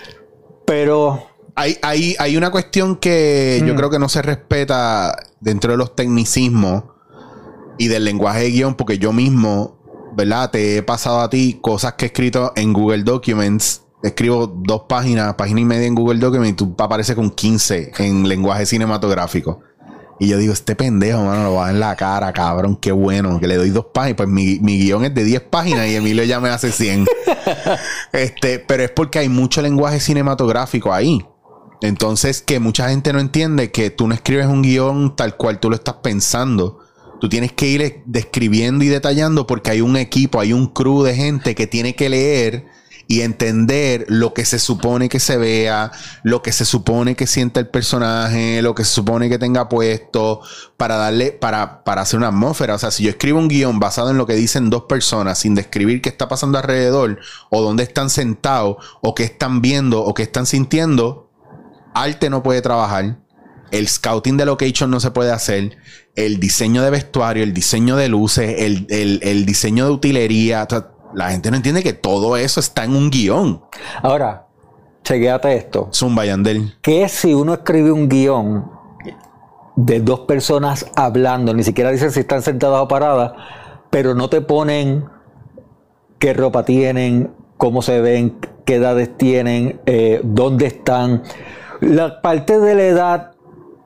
Pero hay, hay, hay una cuestión que mm. yo creo que no se respeta dentro de los tecnicismos y del lenguaje de guión, porque yo mismo, ¿verdad? Te he pasado a ti cosas que he escrito en Google Documents. Escribo dos páginas, página y media en Google Documents y tú apareces con quince en lenguaje cinematográfico. Y yo digo, este pendejo, mano, lo va en la cara, cabrón, qué bueno, que le doy dos páginas. Pues mi, mi guión es de diez páginas y Emilio ya me hace cien. este, pero es porque hay mucho lenguaje cinematográfico ahí. Entonces, que mucha gente no entiende que tú no escribes un guión tal cual tú lo estás pensando. Tú tienes que ir describiendo y detallando porque hay un equipo, hay un crew de gente que tiene que leer y entender lo que se supone que se vea, lo que se supone que sienta el personaje, lo que se supone que tenga puesto, para darle, para, para hacer una atmósfera. O sea, si yo escribo un guión basado en lo que dicen dos personas, sin describir qué está pasando alrededor, o dónde están sentados, o qué están viendo, o qué están sintiendo, arte no puede trabajar. El scouting de location no se puede hacer. El diseño de vestuario, el diseño de luces, el, el, el diseño de utilería. La gente no entiende que todo eso está en un guión. Ahora, chequéate esto. Zumba, Yandel. ¿Qué si uno escribe un guión de dos personas hablando? Ni siquiera dicen si están sentadas o paradas, pero no te ponen qué ropa tienen, cómo se ven, qué edades tienen, eh, dónde están. La parte de la edad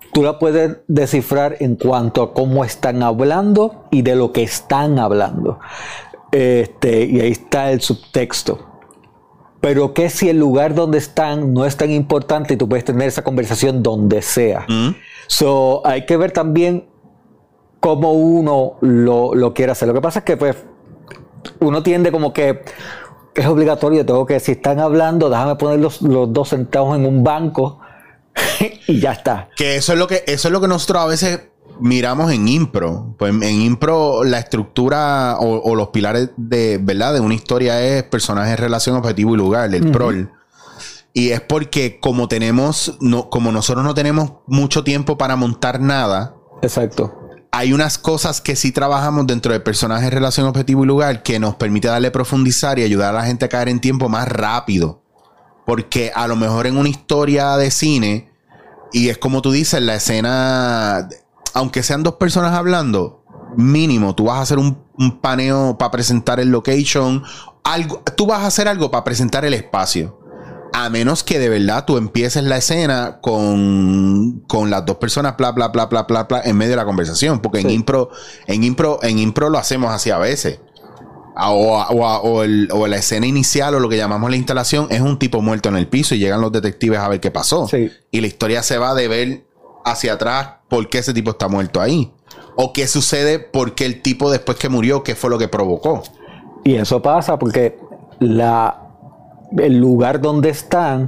tú la puedes descifrar en cuanto a cómo están hablando y de lo que están hablando. Este, y ahí está el subtexto. Pero que si el lugar donde están no es tan importante y tú puedes tener esa conversación donde sea. Mm. So, hay que ver también cómo uno lo, lo quiere hacer. Lo que pasa es que pues uno tiende como que es obligatorio, tengo que, si están hablando, déjame poner los, los dos centavos en un banco y ya está. Que eso es lo que, eso es lo que nosotros a veces miramos en impro. Pues en impro la estructura o, o los pilares de, ¿verdad?, de una historia es personaje, relación, objetivo y lugar, el uh-huh. prol. Y es porque como tenemos, no, como nosotros no tenemos mucho tiempo para montar nada. Exacto. Hay unas cosas que sí trabajamos dentro de personaje, relación, objetivo y lugar que nos permite darle profundizar y ayudar a la gente a caer en tiempo más rápido. Porque a lo mejor en una historia de cine, y es como tú dices, la escena, aunque sean dos personas hablando, mínimo, tú vas a hacer un, un paneo para presentar el location, algo, tú vas a hacer algo para presentar el espacio. A menos que de verdad tú empieces la escena con, con las dos personas bla, bla, bla, bla, bla, bla, en medio de la conversación. Porque sí. en impro, en impro, en impro lo hacemos así a veces. O, o, o, el, o la escena inicial o lo que llamamos la instalación es un tipo muerto en el piso y llegan los detectives a ver qué pasó. Sí. Y la historia se va de ver hacia atrás por qué ese tipo está muerto ahí. O qué sucede porque el tipo después que murió, qué fue lo que provocó. Y eso pasa porque la... el lugar donde están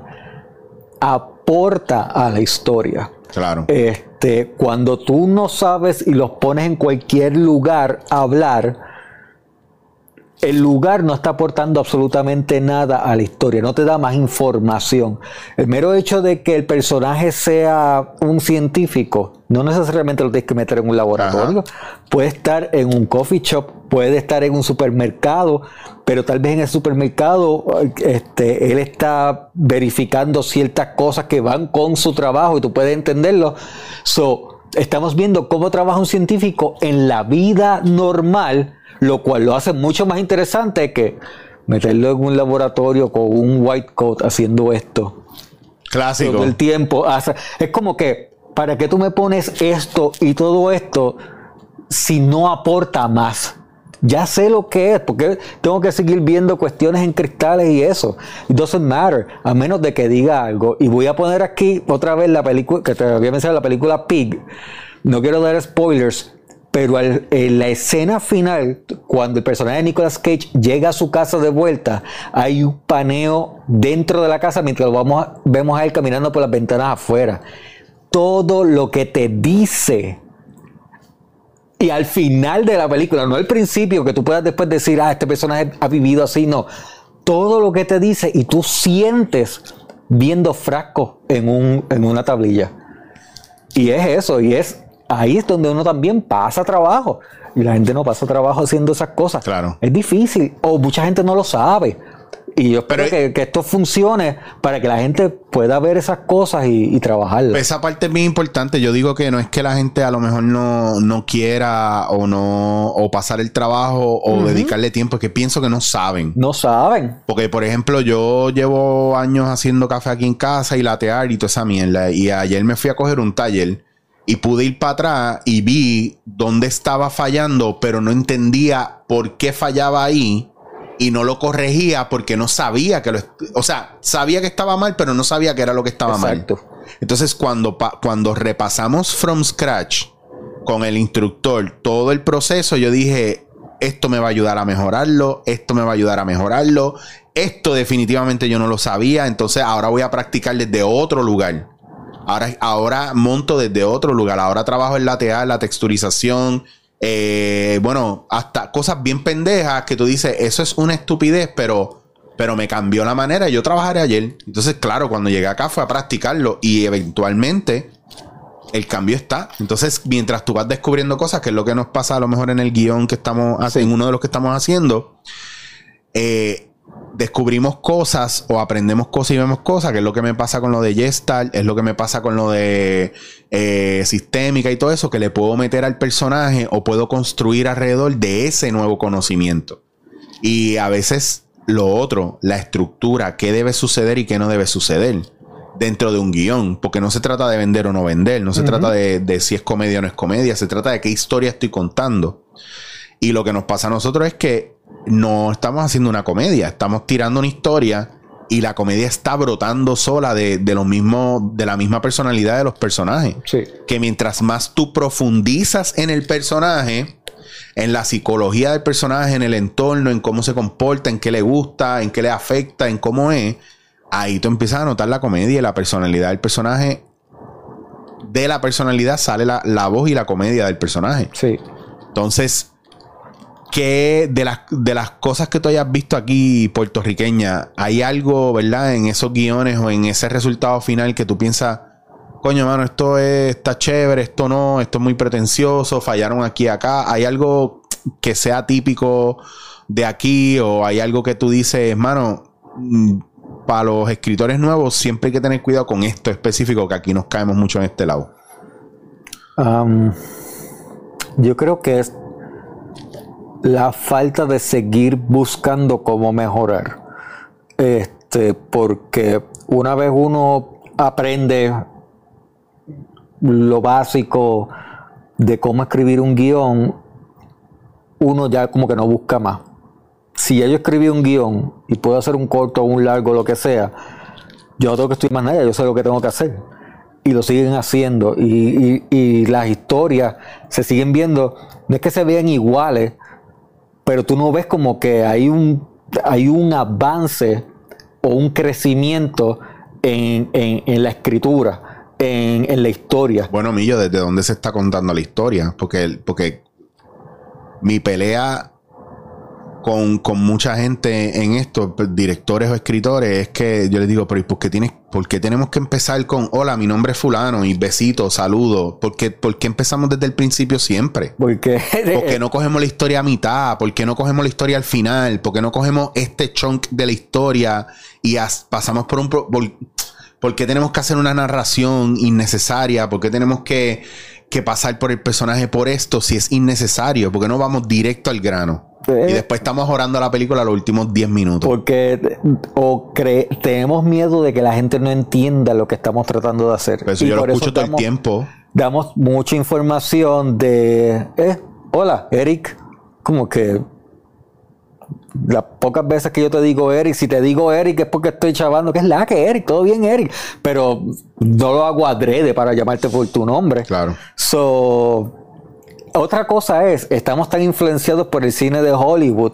aporta a la historia. Claro. Este, cuando tú no sabes y los pones en cualquier lugar a hablar, el lugar no está aportando absolutamente nada a la historia, no te da más información. El mero hecho de que el personaje sea un científico, no necesariamente lo tienes que meter en un laboratorio. Ajá. Puede estar en un coffee shop, puede estar en un supermercado, pero tal vez en el supermercado este, él está verificando ciertas cosas que van con su trabajo y tú puedes entenderlo. So, estamos viendo cómo trabaja un científico en la vida normal, lo cual lo hace mucho más interesante que meterlo en un laboratorio con un white coat haciendo esto. Clásico. Todo el tiempo. Es como que, ¿para qué tú me pones esto y todo esto si no aporta más? Ya sé lo que es, porque tengo que seguir viendo cuestiones en cristales y eso. It doesn't matter, a menos de que diga algo. Y voy a poner aquí otra vez la película, que te había mencionado, la película Pig. No quiero dar spoilers, pero al, en la escena final, cuando el personaje de Nicolas Cage llega a su casa de vuelta, hay un paneo dentro de la casa mientras lo vamos a, vemos a él caminando por las ventanas afuera. Todo lo que te dice, y al final de la película, no al principio, que tú puedas después decir, ah, este personaje ha vivido así, no. Todo lo que te dice y tú sientes viendo frascos en, un, en una tablilla. Y es eso, y es... ahí es donde uno también pasa trabajo. Y la gente no pasa trabajo haciendo esas cosas. Claro. Es difícil. O mucha gente no lo sabe. Y yo espero Pero, que, que esto funcione para que la gente pueda ver esas cosas y, y trabajarlas. Esa parte es bien importante. Yo digo que no es que la gente a lo mejor no, no quiera o no o pasar el trabajo o uh-huh. dedicarle tiempo. Es que pienso que no saben. No saben. Porque, por ejemplo, yo llevo años haciendo café aquí en casa y latear y toda esa mierda. Y ayer me fui a coger un taller y pude ir para atrás y vi dónde estaba fallando, pero no entendía por qué fallaba ahí. Y no lo corregía porque no sabía que lo... O sea, sabía que estaba mal, pero no sabía que era lo que estaba Exacto. mal. Entonces, cuando, cuando repasamos from scratch con el instructor todo el proceso, yo dije, esto me va a ayudar a mejorarlo, esto me va a ayudar a mejorarlo, esto definitivamente yo no lo sabía, entonces ahora voy a practicar desde otro lugar. Ahora, ahora monto desde otro lugar. Ahora trabajo en latear, la texturización... Eh, bueno, hasta cosas bien pendejas que tú dices, eso es una estupidez, pero, pero me cambió la manera. Yo trabajé ayer. Entonces, claro, cuando llegué acá fue a practicarlo y eventualmente el cambio está. Entonces, mientras tú vas descubriendo cosas, que es lo que nos pasa a lo mejor en el guión que estamos haciendo, en uno de los que estamos haciendo, eh, descubrimos cosas o aprendemos cosas y vemos cosas, que es lo que me pasa con lo de Gestalt, es lo que me pasa con lo de eh, sistémica y todo eso, que le puedo meter al personaje o puedo construir alrededor de ese nuevo conocimiento. Y a veces lo otro, la estructura, qué debe suceder y qué no debe suceder. dentro de un guión, porque no se trata de vender o no vender, no se uh-huh. trata de, de si es comedia o no es comedia, se trata de qué historia estoy contando. Y lo que nos pasa a nosotros es que no estamos haciendo una comedia, estamos tirando una historia y la comedia está brotando sola de, de, lo mismo, de la misma personalidad de los personajes. Sí. Que mientras más tú profundizas en el personaje, en la psicología del personaje, en el entorno, en cómo se comporta, en qué le gusta, en qué le afecta, en cómo es, ahí tú empiezas a notar la comedia y la personalidad del personaje. De la personalidad sale la, la voz y la comedia del personaje. Sí. Entonces, ¿qué de las, de las cosas que tú hayas visto aquí puertorriqueña, hay algo, verdad, en esos guiones o en ese resultado final que tú piensas, coño, mano, esto es, está chévere, esto no, esto es muy pretencioso, fallaron aquí y acá? ¿Hay algo que sea típico de aquí o hay algo que tú dices, mano, para los escritores nuevos siempre hay que tener cuidado con esto específico, que aquí nos caemos mucho en este lado? Um, yo creo que es la falta de seguir buscando cómo mejorar. Este, porque una vez uno aprende lo básico de cómo escribir un guión, uno ya como que no busca más. Si ya yo escribí un guión y puedo hacer un corto o un largo, lo que sea, yo no tengo que estudiar más nada, yo sé lo que tengo que hacer. Y lo siguen haciendo. Y, y, y las historias se siguen viendo, no es que se vean iguales, pero tú no ves como que hay un, hay un avance o un crecimiento en, en, en la escritura, en, en la historia. Bueno, Millo, ¿desde dónde se está contando la historia? Porque, porque mi pelea con, con mucha gente en esto, directores o escritores, es que yo les digo, pero ¿y por qué, tienes, por qué tenemos que empezar con hola, mi nombre es fulano y besitos, saludos? ¿Por qué, ¿Por qué empezamos desde el principio siempre? ¿Por qué? ¿Por qué no cogemos la historia a mitad? ¿Por qué no cogemos la historia al final? ¿Por qué no cogemos este chunk de la historia y as, pasamos por un... Por, ¿Por qué tenemos que hacer una narración innecesaria? ¿Por qué tenemos que, que pasar por el personaje por esto si es innecesario? ¿Por qué no vamos directo al grano? Y después estamos orando la película los últimos diez minutos. Porque o cre tenemos miedo de que la gente no entienda lo que estamos tratando de hacer. Pero eso y yo lo escucho todo damos, el tiempo. Damos mucha información de... Eh, hola, Eric. Como que... Las pocas veces que yo te digo Eric, si te digo Eric es porque estoy chavando, que es la que Eric, todo bien Eric, pero no lo hago adrede para llamarte por tu nombre. Claro. So, otra cosa es, estamos tan influenciados por el cine de Hollywood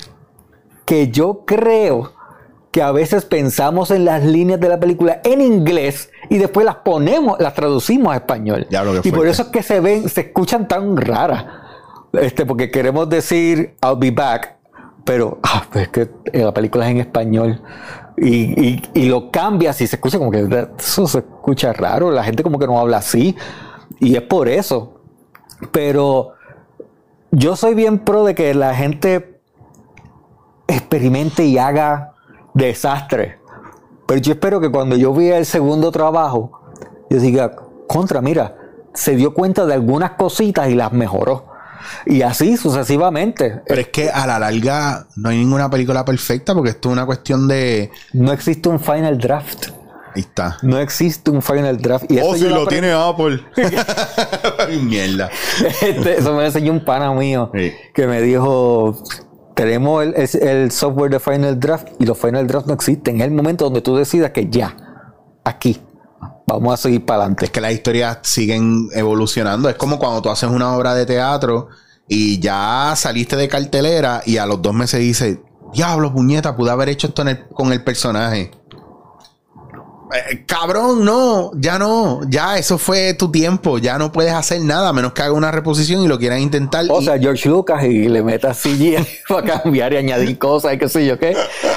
que yo creo que a veces pensamos en las líneas de la película en inglés y después las ponemos, las traducimos a español. Ya, lo que y por eso es que se ven, se escuchan tan raras. Este, porque queremos decir I'll be back. Pero ah, pues es que la película es en español y, y, y lo cambias y se escucha como que eso se escucha raro, la gente como que no habla así y es por eso. Pero yo soy bien pro de que la gente experimente y haga desastre. Pero yo espero que cuando yo vea el segundo trabajo, yo diga, contra, mira, se dio cuenta de algunas cositas y las mejoró. Y así sucesivamente. Pero es que a la larga no hay ninguna película perfecta porque esto es una cuestión de... No existe un final draft. Ahí está. No existe un final draft. Y oh, si lo, lo tiene Apple. Mierda. Este, eso me enseñó un pana mío sí. que me dijo... Tenemos el, el, el software de final draft y los final draft no existen. Es el momento donde tú decidas que ya, aquí, vamos a seguir para adelante. Es que las historias siguen evolucionando. Es como cuando tú haces una obra de teatro y ya saliste de cartelera y a los dos meses dices, diablo, puñeta, pude haber hecho esto en el, con el personaje. Eh, cabrón, no, ya no. Ya eso fue tu tiempo. Ya no puedes hacer nada a menos que haga una reposición y lo quieran intentar. O y... sea, George Lucas y le metas C G I para cambiar y añadir cosas y qué sé yo qué.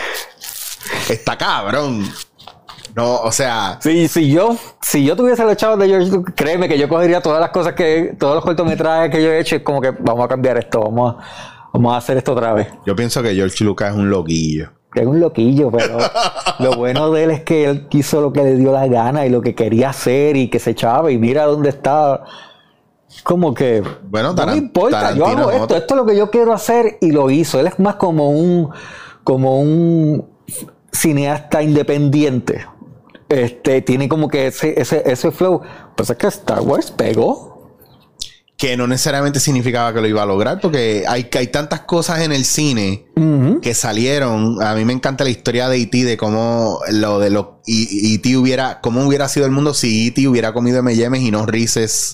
Está cabrón. No, o sea... Sí, si yo, si yo tuviese los chavos de George Lucas, créeme que yo cogería todas las cosas que... Todos los cortometrajes que yo he hecho y como que vamos a cambiar esto, vamos a, vamos a hacer esto otra vez. Yo pienso que George Lucas es un loquillo. Es un loquillo, pero lo bueno de él es que él quiso lo que le dio la gana y lo que quería hacer y que se echaba y mira dónde está. Como que... Bueno, no me importa, yo hago esto, esto es lo que yo quiero hacer y lo hizo. Él es más como un... Como un cineasta independiente. este, tiene como que ese, ese, ese flow. Pues es que Star Wars pegó. Que no necesariamente significaba que lo iba a lograr, porque hay, hay tantas cosas en el cine uh-huh. que salieron. A mí me encanta la historia de E T, de cómo lo de lo E T hubiera, cómo hubiera sido el mundo si E T hubiera comido eme y eme's y no Reese's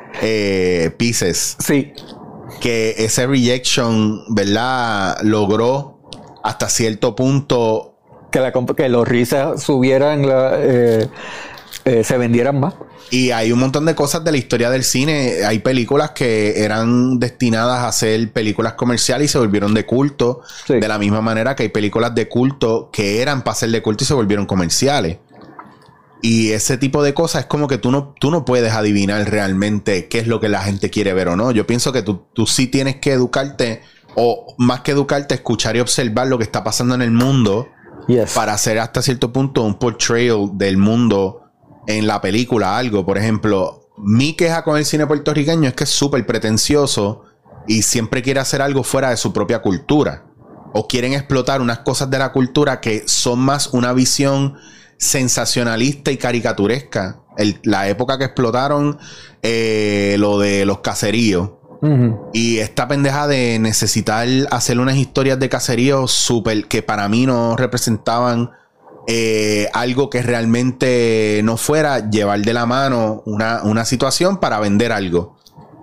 eh, Pieces. Sí. Que ese rejection, ¿verdad? Logró hasta cierto punto que, la, que los Reese's subieran, la, eh, eh, se vendieran más. Y hay un montón de cosas de la historia del cine. Hay películas que eran destinadas a ser películas comerciales y se volvieron de culto. Sí. De la misma manera que hay películas de culto que eran para ser de culto y se volvieron comerciales. Y ese tipo de cosas es como que tú no, tú no puedes adivinar realmente qué es lo que la gente quiere ver o no. Yo pienso que tú, tú sí tienes que educarte, o más que educarte, escuchar y observar lo que está pasando en el mundo. Yes. Para hacer hasta cierto punto un portrayal del mundo en la película, algo. Por ejemplo, mi queja con el cine puertorriqueño es que es súper pretencioso y siempre quiere hacer algo fuera de su propia cultura. O quieren explotar unas cosas de la cultura que son más una visión sensacionalista y caricaturesca. El, la época que explotaron eh, lo de los caseríos. Uh-huh. Y esta pendeja de necesitar hacer unas historias de caseríos súper que para mí no representaban eh, algo que realmente no fuera llevar de la mano una, una situación para vender algo.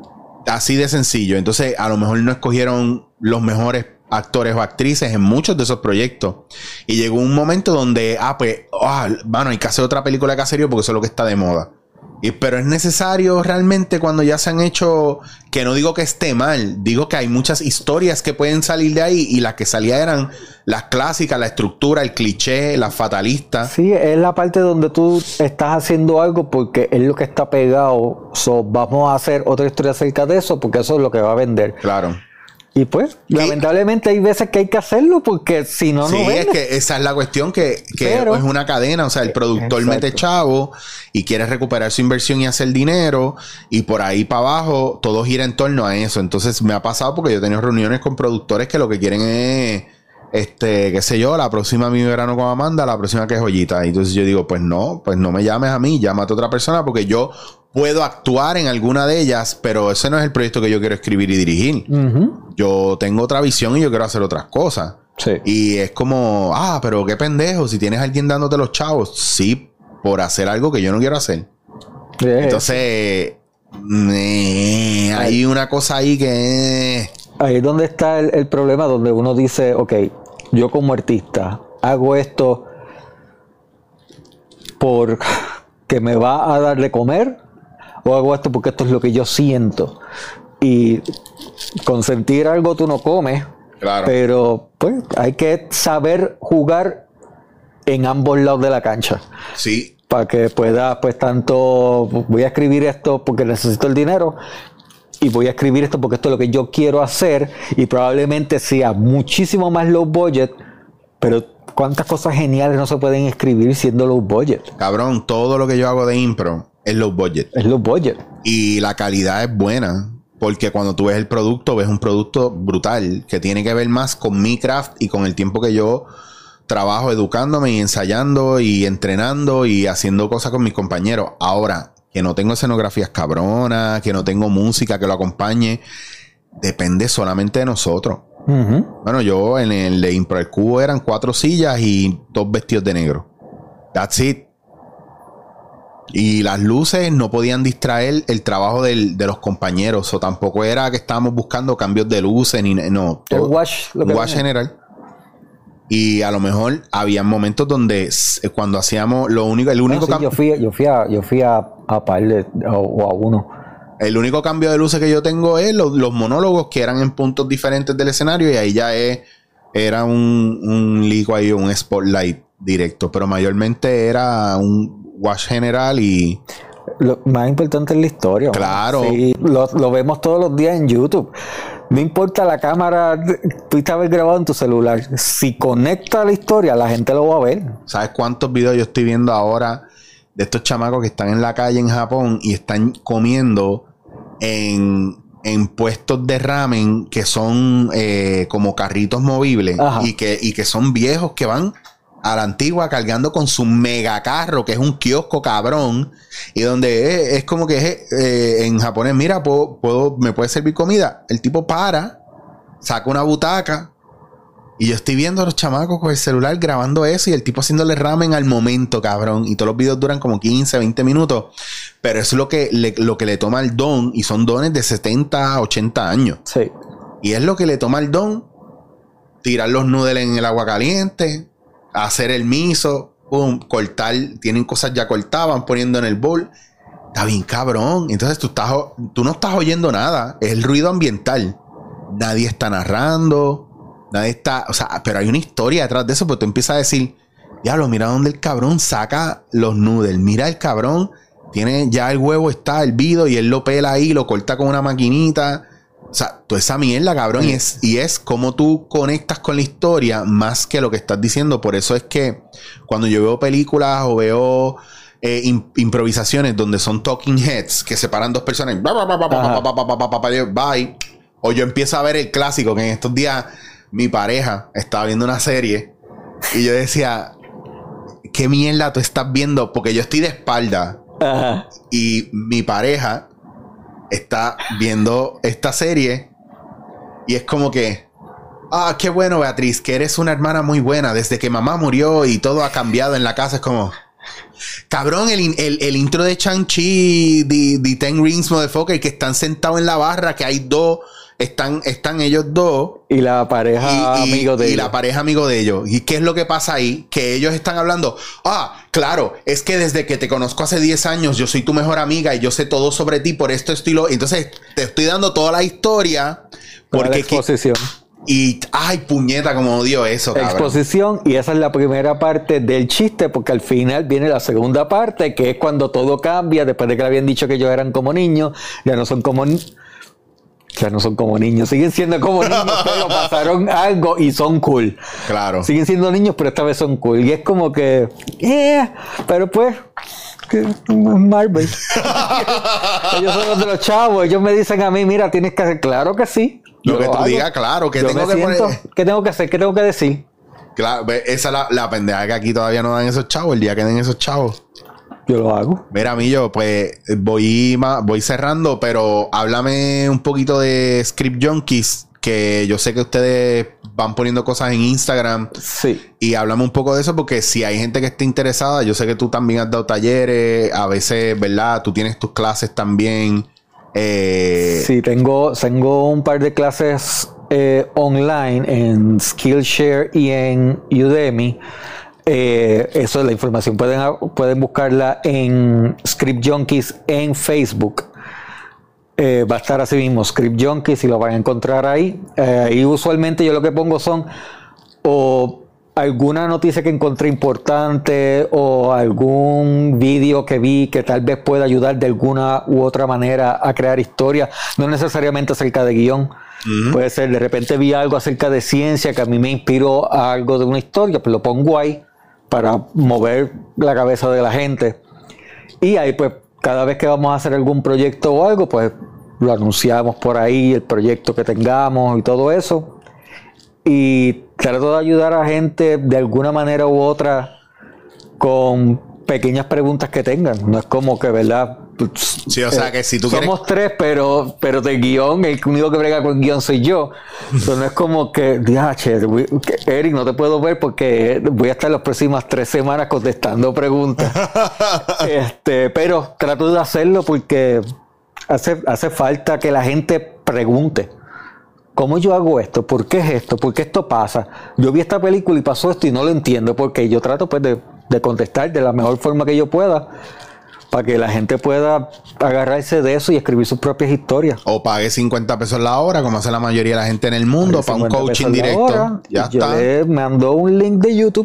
Así de sencillo. Entonces, a lo mejor no escogieron los mejores actores o actrices en muchos de esos proyectos. Y llegó un momento donde, ah, pues, oh, bueno, hay que hacer otra película de caserío porque eso es lo que está de moda. Y, pero es necesario realmente cuando ya se han hecho, que no digo que esté mal, digo que hay muchas historias que pueden salir de ahí y las que salían eran las clásicas, la estructura, el cliché, las fatalistas. Sí, es la parte donde tú estás haciendo algo porque es lo que está pegado. So, vamos a hacer otra historia acerca de eso porque eso es lo que va a vender. Claro. Y pues, ¿qué? Lamentablemente hay veces que hay que hacerlo porque si no, sí, no vende. Es que esa es la cuestión que, que Pero, es una cadena. O sea, el productor exacto. mete chavo y quiere recuperar su inversión y hacer dinero y por ahí para abajo todo gira en torno a eso. Entonces me ha pasado porque yo he tenido reuniones con productores que lo que quieren es, este, qué sé yo, la próxima Mi Verano con Amanda, la próxima que es Joyita. Y entonces yo digo, pues no, pues no me llames a mí, llámate a otra persona porque yo puedo actuar en alguna de ellas, pero ese no es el proyecto que yo quiero escribir y dirigir. Uh-huh. Yo tengo otra visión y yo quiero hacer otras cosas. Sí. Y es como, ah, pero qué pendejo, si tienes a alguien dándote los chavos. Sí, por hacer algo que yo no quiero hacer. Yeah. Entonces, eh, hay una cosa ahí que... Ahí es donde está el, el problema, donde uno dice, ok, yo como artista hago esto porque me va a dar de comer, o hago esto porque esto es lo que yo siento. Y consentir algo tú no comes, claro. Pero pues hay que saber jugar en ambos lados de la cancha. Sí. Para que pueda, pues tanto, voy a escribir esto porque necesito el dinero y voy a escribir esto porque esto es lo que yo quiero hacer y probablemente sea muchísimo más low budget, pero cuántas cosas geniales no se pueden escribir siendo low budget. Cabrón, todo lo que yo hago de impro es low budget. Es low budget. Y la calidad es buena. Porque cuando tú ves el producto, ves un producto brutal. Que tiene que ver más con mi craft y con el tiempo que yo trabajo educándome y ensayando y entrenando y haciendo cosas con mis compañeros. Ahora, que no tengo escenografías cabronas, que no tengo música que lo acompañe, depende solamente de nosotros. Uh-huh. Bueno, yo en el de Impro el Cubo eran cuatro sillas y dos vestidos de negro. That's it. Y las luces no podían distraer el trabajo del, de los compañeros. O tampoco era que estábamos buscando cambios de luces ni no. Todo, el wash, lo que wash general. Y a lo mejor había momentos donde cuando hacíamos lo único, el único no, sí, cambio. Yo fui, yo fui a, yo fui a, a par de, o, o a uno. El único cambio de luces que yo tengo es los, los monólogos que eran en puntos diferentes del escenario y ahí ya es, era un, un lico ahí, un spotlight directo. Pero mayormente era un wash general y... Lo más importante es la historia. Claro. Sí, lo, lo vemos todos los días en YouTube. No importa la cámara, tú estabas grabado en tu celular. Si conecta la historia, la gente lo va a ver. ¿Sabes cuántos videos yo estoy viendo ahora de estos chamacos que están en la calle en Japón y están comiendo en, en puestos de ramen que son eh, como carritos movibles y que, y que son viejos que van a la antigua cargando con su megacarro, que es un kiosco cabrón, y donde es, es como que es, eh, en japonés, mira, puedo, puedo, me puede servir comida. El tipo para, saca una butaca, y yo estoy viendo a los chamacos con el celular grabando eso, y el tipo haciéndole ramen al momento, cabrón. Y todos los videos duran como quince, veinte minutos, pero eso es lo que le, lo que le toma el don, y son dones de setenta, ochenta años. Sí. Y es lo que le toma el don, tirar los noodles en el agua caliente, hacer el miso, pum, cortar, tienen cosas ya cortadas, van poniendo en el bowl. Está bien cabrón. Entonces tú estás, tú no estás oyendo nada, es el ruido ambiental. Nadie está narrando, nadie está, o sea, pero hay una historia detrás de eso, porque tú empiezas a decir, diablo, mira dónde el cabrón saca los noodles, mira el cabrón, tiene ya el huevo está hervido y él lo pela ahí, lo corta con una maquinita. O sea, toda esa mierda, cabrón, y es, y es como tú conectas con la historia más que lo que estás diciendo. Por eso es que cuando yo veo películas o veo eh, in, improvisaciones donde son talking heads, que separan dos personas, bye, o yo empiezo a ver el clásico, que en estos días mi pareja estaba viendo una serie y yo decía, ¿qué mierda tú estás viendo? Porque yo estoy de espalda. Ajá. Y mi pareja está viendo esta serie y es como que, ah, qué bueno, Beatriz, que eres una hermana muy buena. Desde que mamá murió y todo ha cambiado en la casa, es como, cabrón, el, el, el intro de Shang-Chi, de, de Ten Rings, motherfucker, que están sentados en la barra, que hay dos, están, están ellos dos. Y la pareja y, y, amigo de y ellos. la pareja amigo de ellos. ¿Y qué es lo que pasa ahí? Que ellos están hablando, ah, claro, es que desde que te conozco hace diez años, yo soy tu mejor amiga y yo sé todo sobre ti por esto estilo. Entonces, te estoy dando toda la historia. Porque la exposición. Y, ay, puñeta, como odio eso, cabrón. Exposición, y esa es la primera parte del chiste, porque al final viene la segunda parte, que es cuando todo cambia, después de que le habían dicho que ellos eran como niños, ya no son como niños. Ya no son como niños, siguen siendo como niños, pero pasaron algo y son cool. Claro. Siguen siendo niños, pero esta vez son cool. Y es como que, eh, pero pues, que Marvel. Ellos son los de los chavos. Ellos me dicen a mí, mira, tienes que hacer, claro que sí. Lo que lo tú hago. digas, claro, que yo tengo me que siento, poner. ¿Qué tengo que hacer? ¿Qué tengo que decir? Claro, esa es la, la pendeja que aquí todavía no dan esos chavos. El día que den esos chavos, yo lo hago. Mira, Millo, pues voy, voy cerrando, pero háblame un poquito de Script Junkies, que yo sé que ustedes van poniendo cosas en Instagram. Sí. Y háblame un poco de eso, porque si hay gente que esté interesada, yo sé que tú también has dado talleres, a veces, ¿verdad? Tú tienes tus clases también. Eh... Sí, tengo, tengo un par de clases eh, online en Skillshare y en Udemy. Eh, eso es la información. Pueden, pueden buscarla en Script Junkies en Facebook. Eh, va a estar así mismo, Script Junkies, y lo van a encontrar ahí. Eh, y usualmente yo lo que pongo son o alguna noticia que encontré importante o algún vídeo que vi que tal vez pueda ayudar de alguna u otra manera a crear historia. No necesariamente acerca de guión. Uh-huh. Puede ser, de repente vi algo acerca de ciencia que a mí me inspiró a algo de una historia, pues lo pongo ahí para mover la cabeza de la gente. Y ahí pues cada vez que vamos a hacer algún proyecto o algo, pues lo anunciamos por ahí, el proyecto que tengamos y todo eso. Y trato de ayudar a gente de alguna manera u otra con pequeñas preguntas que tengan. No es como que, ¿verdad? Sí, o sea, eh, que si tú somos quieres... tres, pero, pero de guión, el único que brega con guión soy yo. Entonces no es como que, diache, Eric, no te puedo ver porque voy a estar las próximas tres semanas contestando preguntas. este, pero trato de hacerlo porque hace, hace falta que la gente pregunte. ¿Cómo yo hago esto? ¿Por qué es esto? ¿Por qué esto pasa? Yo vi esta película y pasó esto y no lo entiendo, porque yo trato pues de, de contestar de la mejor forma que yo pueda para que la gente pueda agarrarse de eso y escribir sus propias historias. O pague cincuenta pesos la hora, como hace la mayoría de la gente en el mundo, para un coaching directo. Hora, ya yo está. Le mandó un link de YouTube.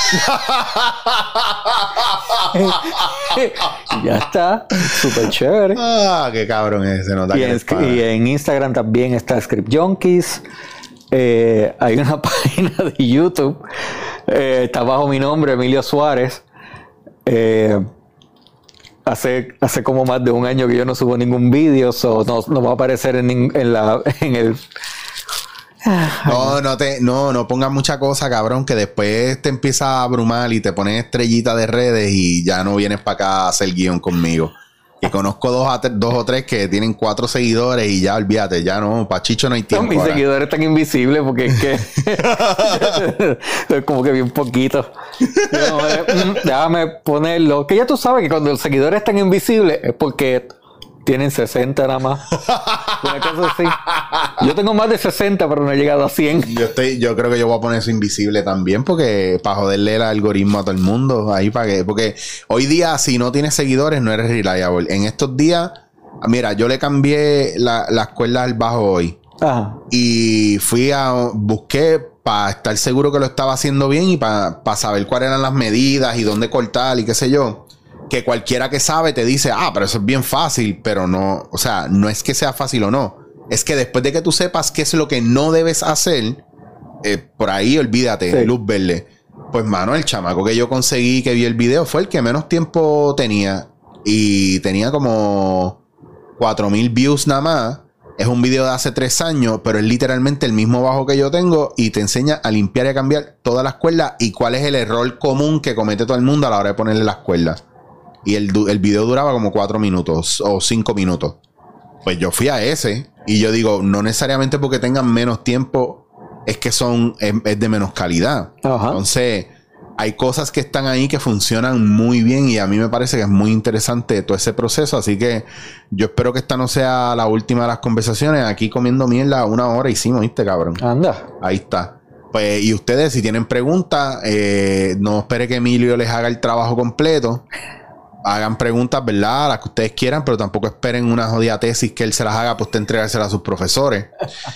Ya está. Súper chévere. Ah, qué cabrón es. Se nota y, que en, es para... y en Instagram también está Script Junkies. Eh, hay una página de YouTube. Eh, está bajo mi nombre, Emilio Suárez. Eh, Hace, hace como más de un año que yo no subo ningún vídeo, so no, no va a aparecer en, en, la, en, el, No, no te, no, no pongas mucha cosa, cabrón, que después te empieza a abrumar y te pones estrellita de redes y ya no vienes para acá a hacer guión conmigo. Que conozco dos, a tres, dos o tres que tienen cuatro seguidores y ya, olvídate, ya no, para Chicho no hay tiempo. No, mis ahora. seguidores están invisibles porque es que es como que bien poquito. No, eh, déjame ponerlo. Que ya tú sabes que cuando los seguidores están invisibles es porque tienen sesenta nada más. Una cosa así. Yo tengo más de sesenta, pero no he llegado a cien. Yo estoy, yo creo que yo voy a poner eso invisible también, porque para joderle el algoritmo a todo el mundo, ahí para que, porque hoy día si no tienes seguidores no eres reliable. En estos días, mira, yo le cambié la, la escuela al bajo hoy. Ajá. Y fui a, busqué para estar seguro que lo estaba haciendo bien y para pa saber cuáles eran las medidas y dónde cortar y qué sé yo. Que cualquiera que sabe te dice, ah, pero eso es bien fácil, pero no, o sea, no es que sea fácil o no. Es que después de que tú sepas qué es lo que no debes hacer, eh, por ahí olvídate, sí. Luz verde. Pues, mano, el chamaco que yo conseguí que vi el video fue el que menos tiempo tenía. Y tenía como cuatro mil views nada más. Es un video de hace tres años, pero es literalmente el mismo bajo que yo tengo y te enseña a limpiar y a cambiar toda la escuela y cuál es el error común que comete todo el mundo a la hora de ponerle la escuela. Y el, el video duraba como cuatro minutos o cinco minutos. Pues yo fui a ese y yo digo, no necesariamente porque tengan menos tiempo es que son es, es de menos calidad. Ajá. Entonces, hay cosas que están ahí que funcionan muy bien y a mí me parece que es muy interesante todo ese proceso. Así que yo espero que esta no sea la última de las conversaciones. Aquí comiendo mierda una hora hicimos, ¿viste, cabrón? Anda. Ahí está. Pues, y ustedes, si tienen preguntas, eh, no espere que Emilio les haga el trabajo completo. Hagan preguntas, ¿verdad? Las que ustedes quieran, pero tampoco esperen una jodida tesis que él se las haga para usted entregársela a sus profesores.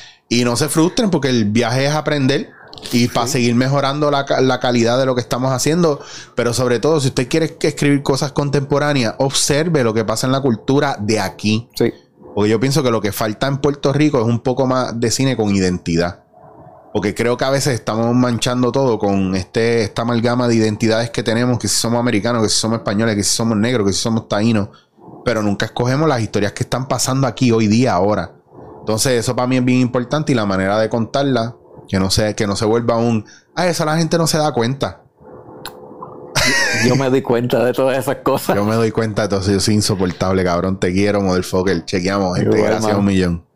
Y no se frustren porque el viaje es aprender y sí. Para seguir mejorando la, la calidad de lo que estamos haciendo. Pero sobre todo, si usted quiere escribir cosas contemporáneas, observe lo que pasa en la cultura de aquí. Sí. Porque yo pienso que lo que falta en Puerto Rico es un poco más de cine con identidad. Porque creo que a veces estamos manchando todo con este esta amalgama de identidades que tenemos, que si somos americanos, que si somos españoles, que si somos negros, que si somos taínos, pero nunca escogemos las historias que están pasando aquí hoy día, ahora. Entonces eso para mí es bien importante y la manera de contarla, que no se, que no se vuelva un... Ah, eso la gente no se da cuenta. Yo me doy cuenta de todas esas cosas. Yo me doy cuenta de todo eso. Yo soy insoportable, cabrón. Te quiero, motherfucker. Chequeamos, gente. Gracias a un millón.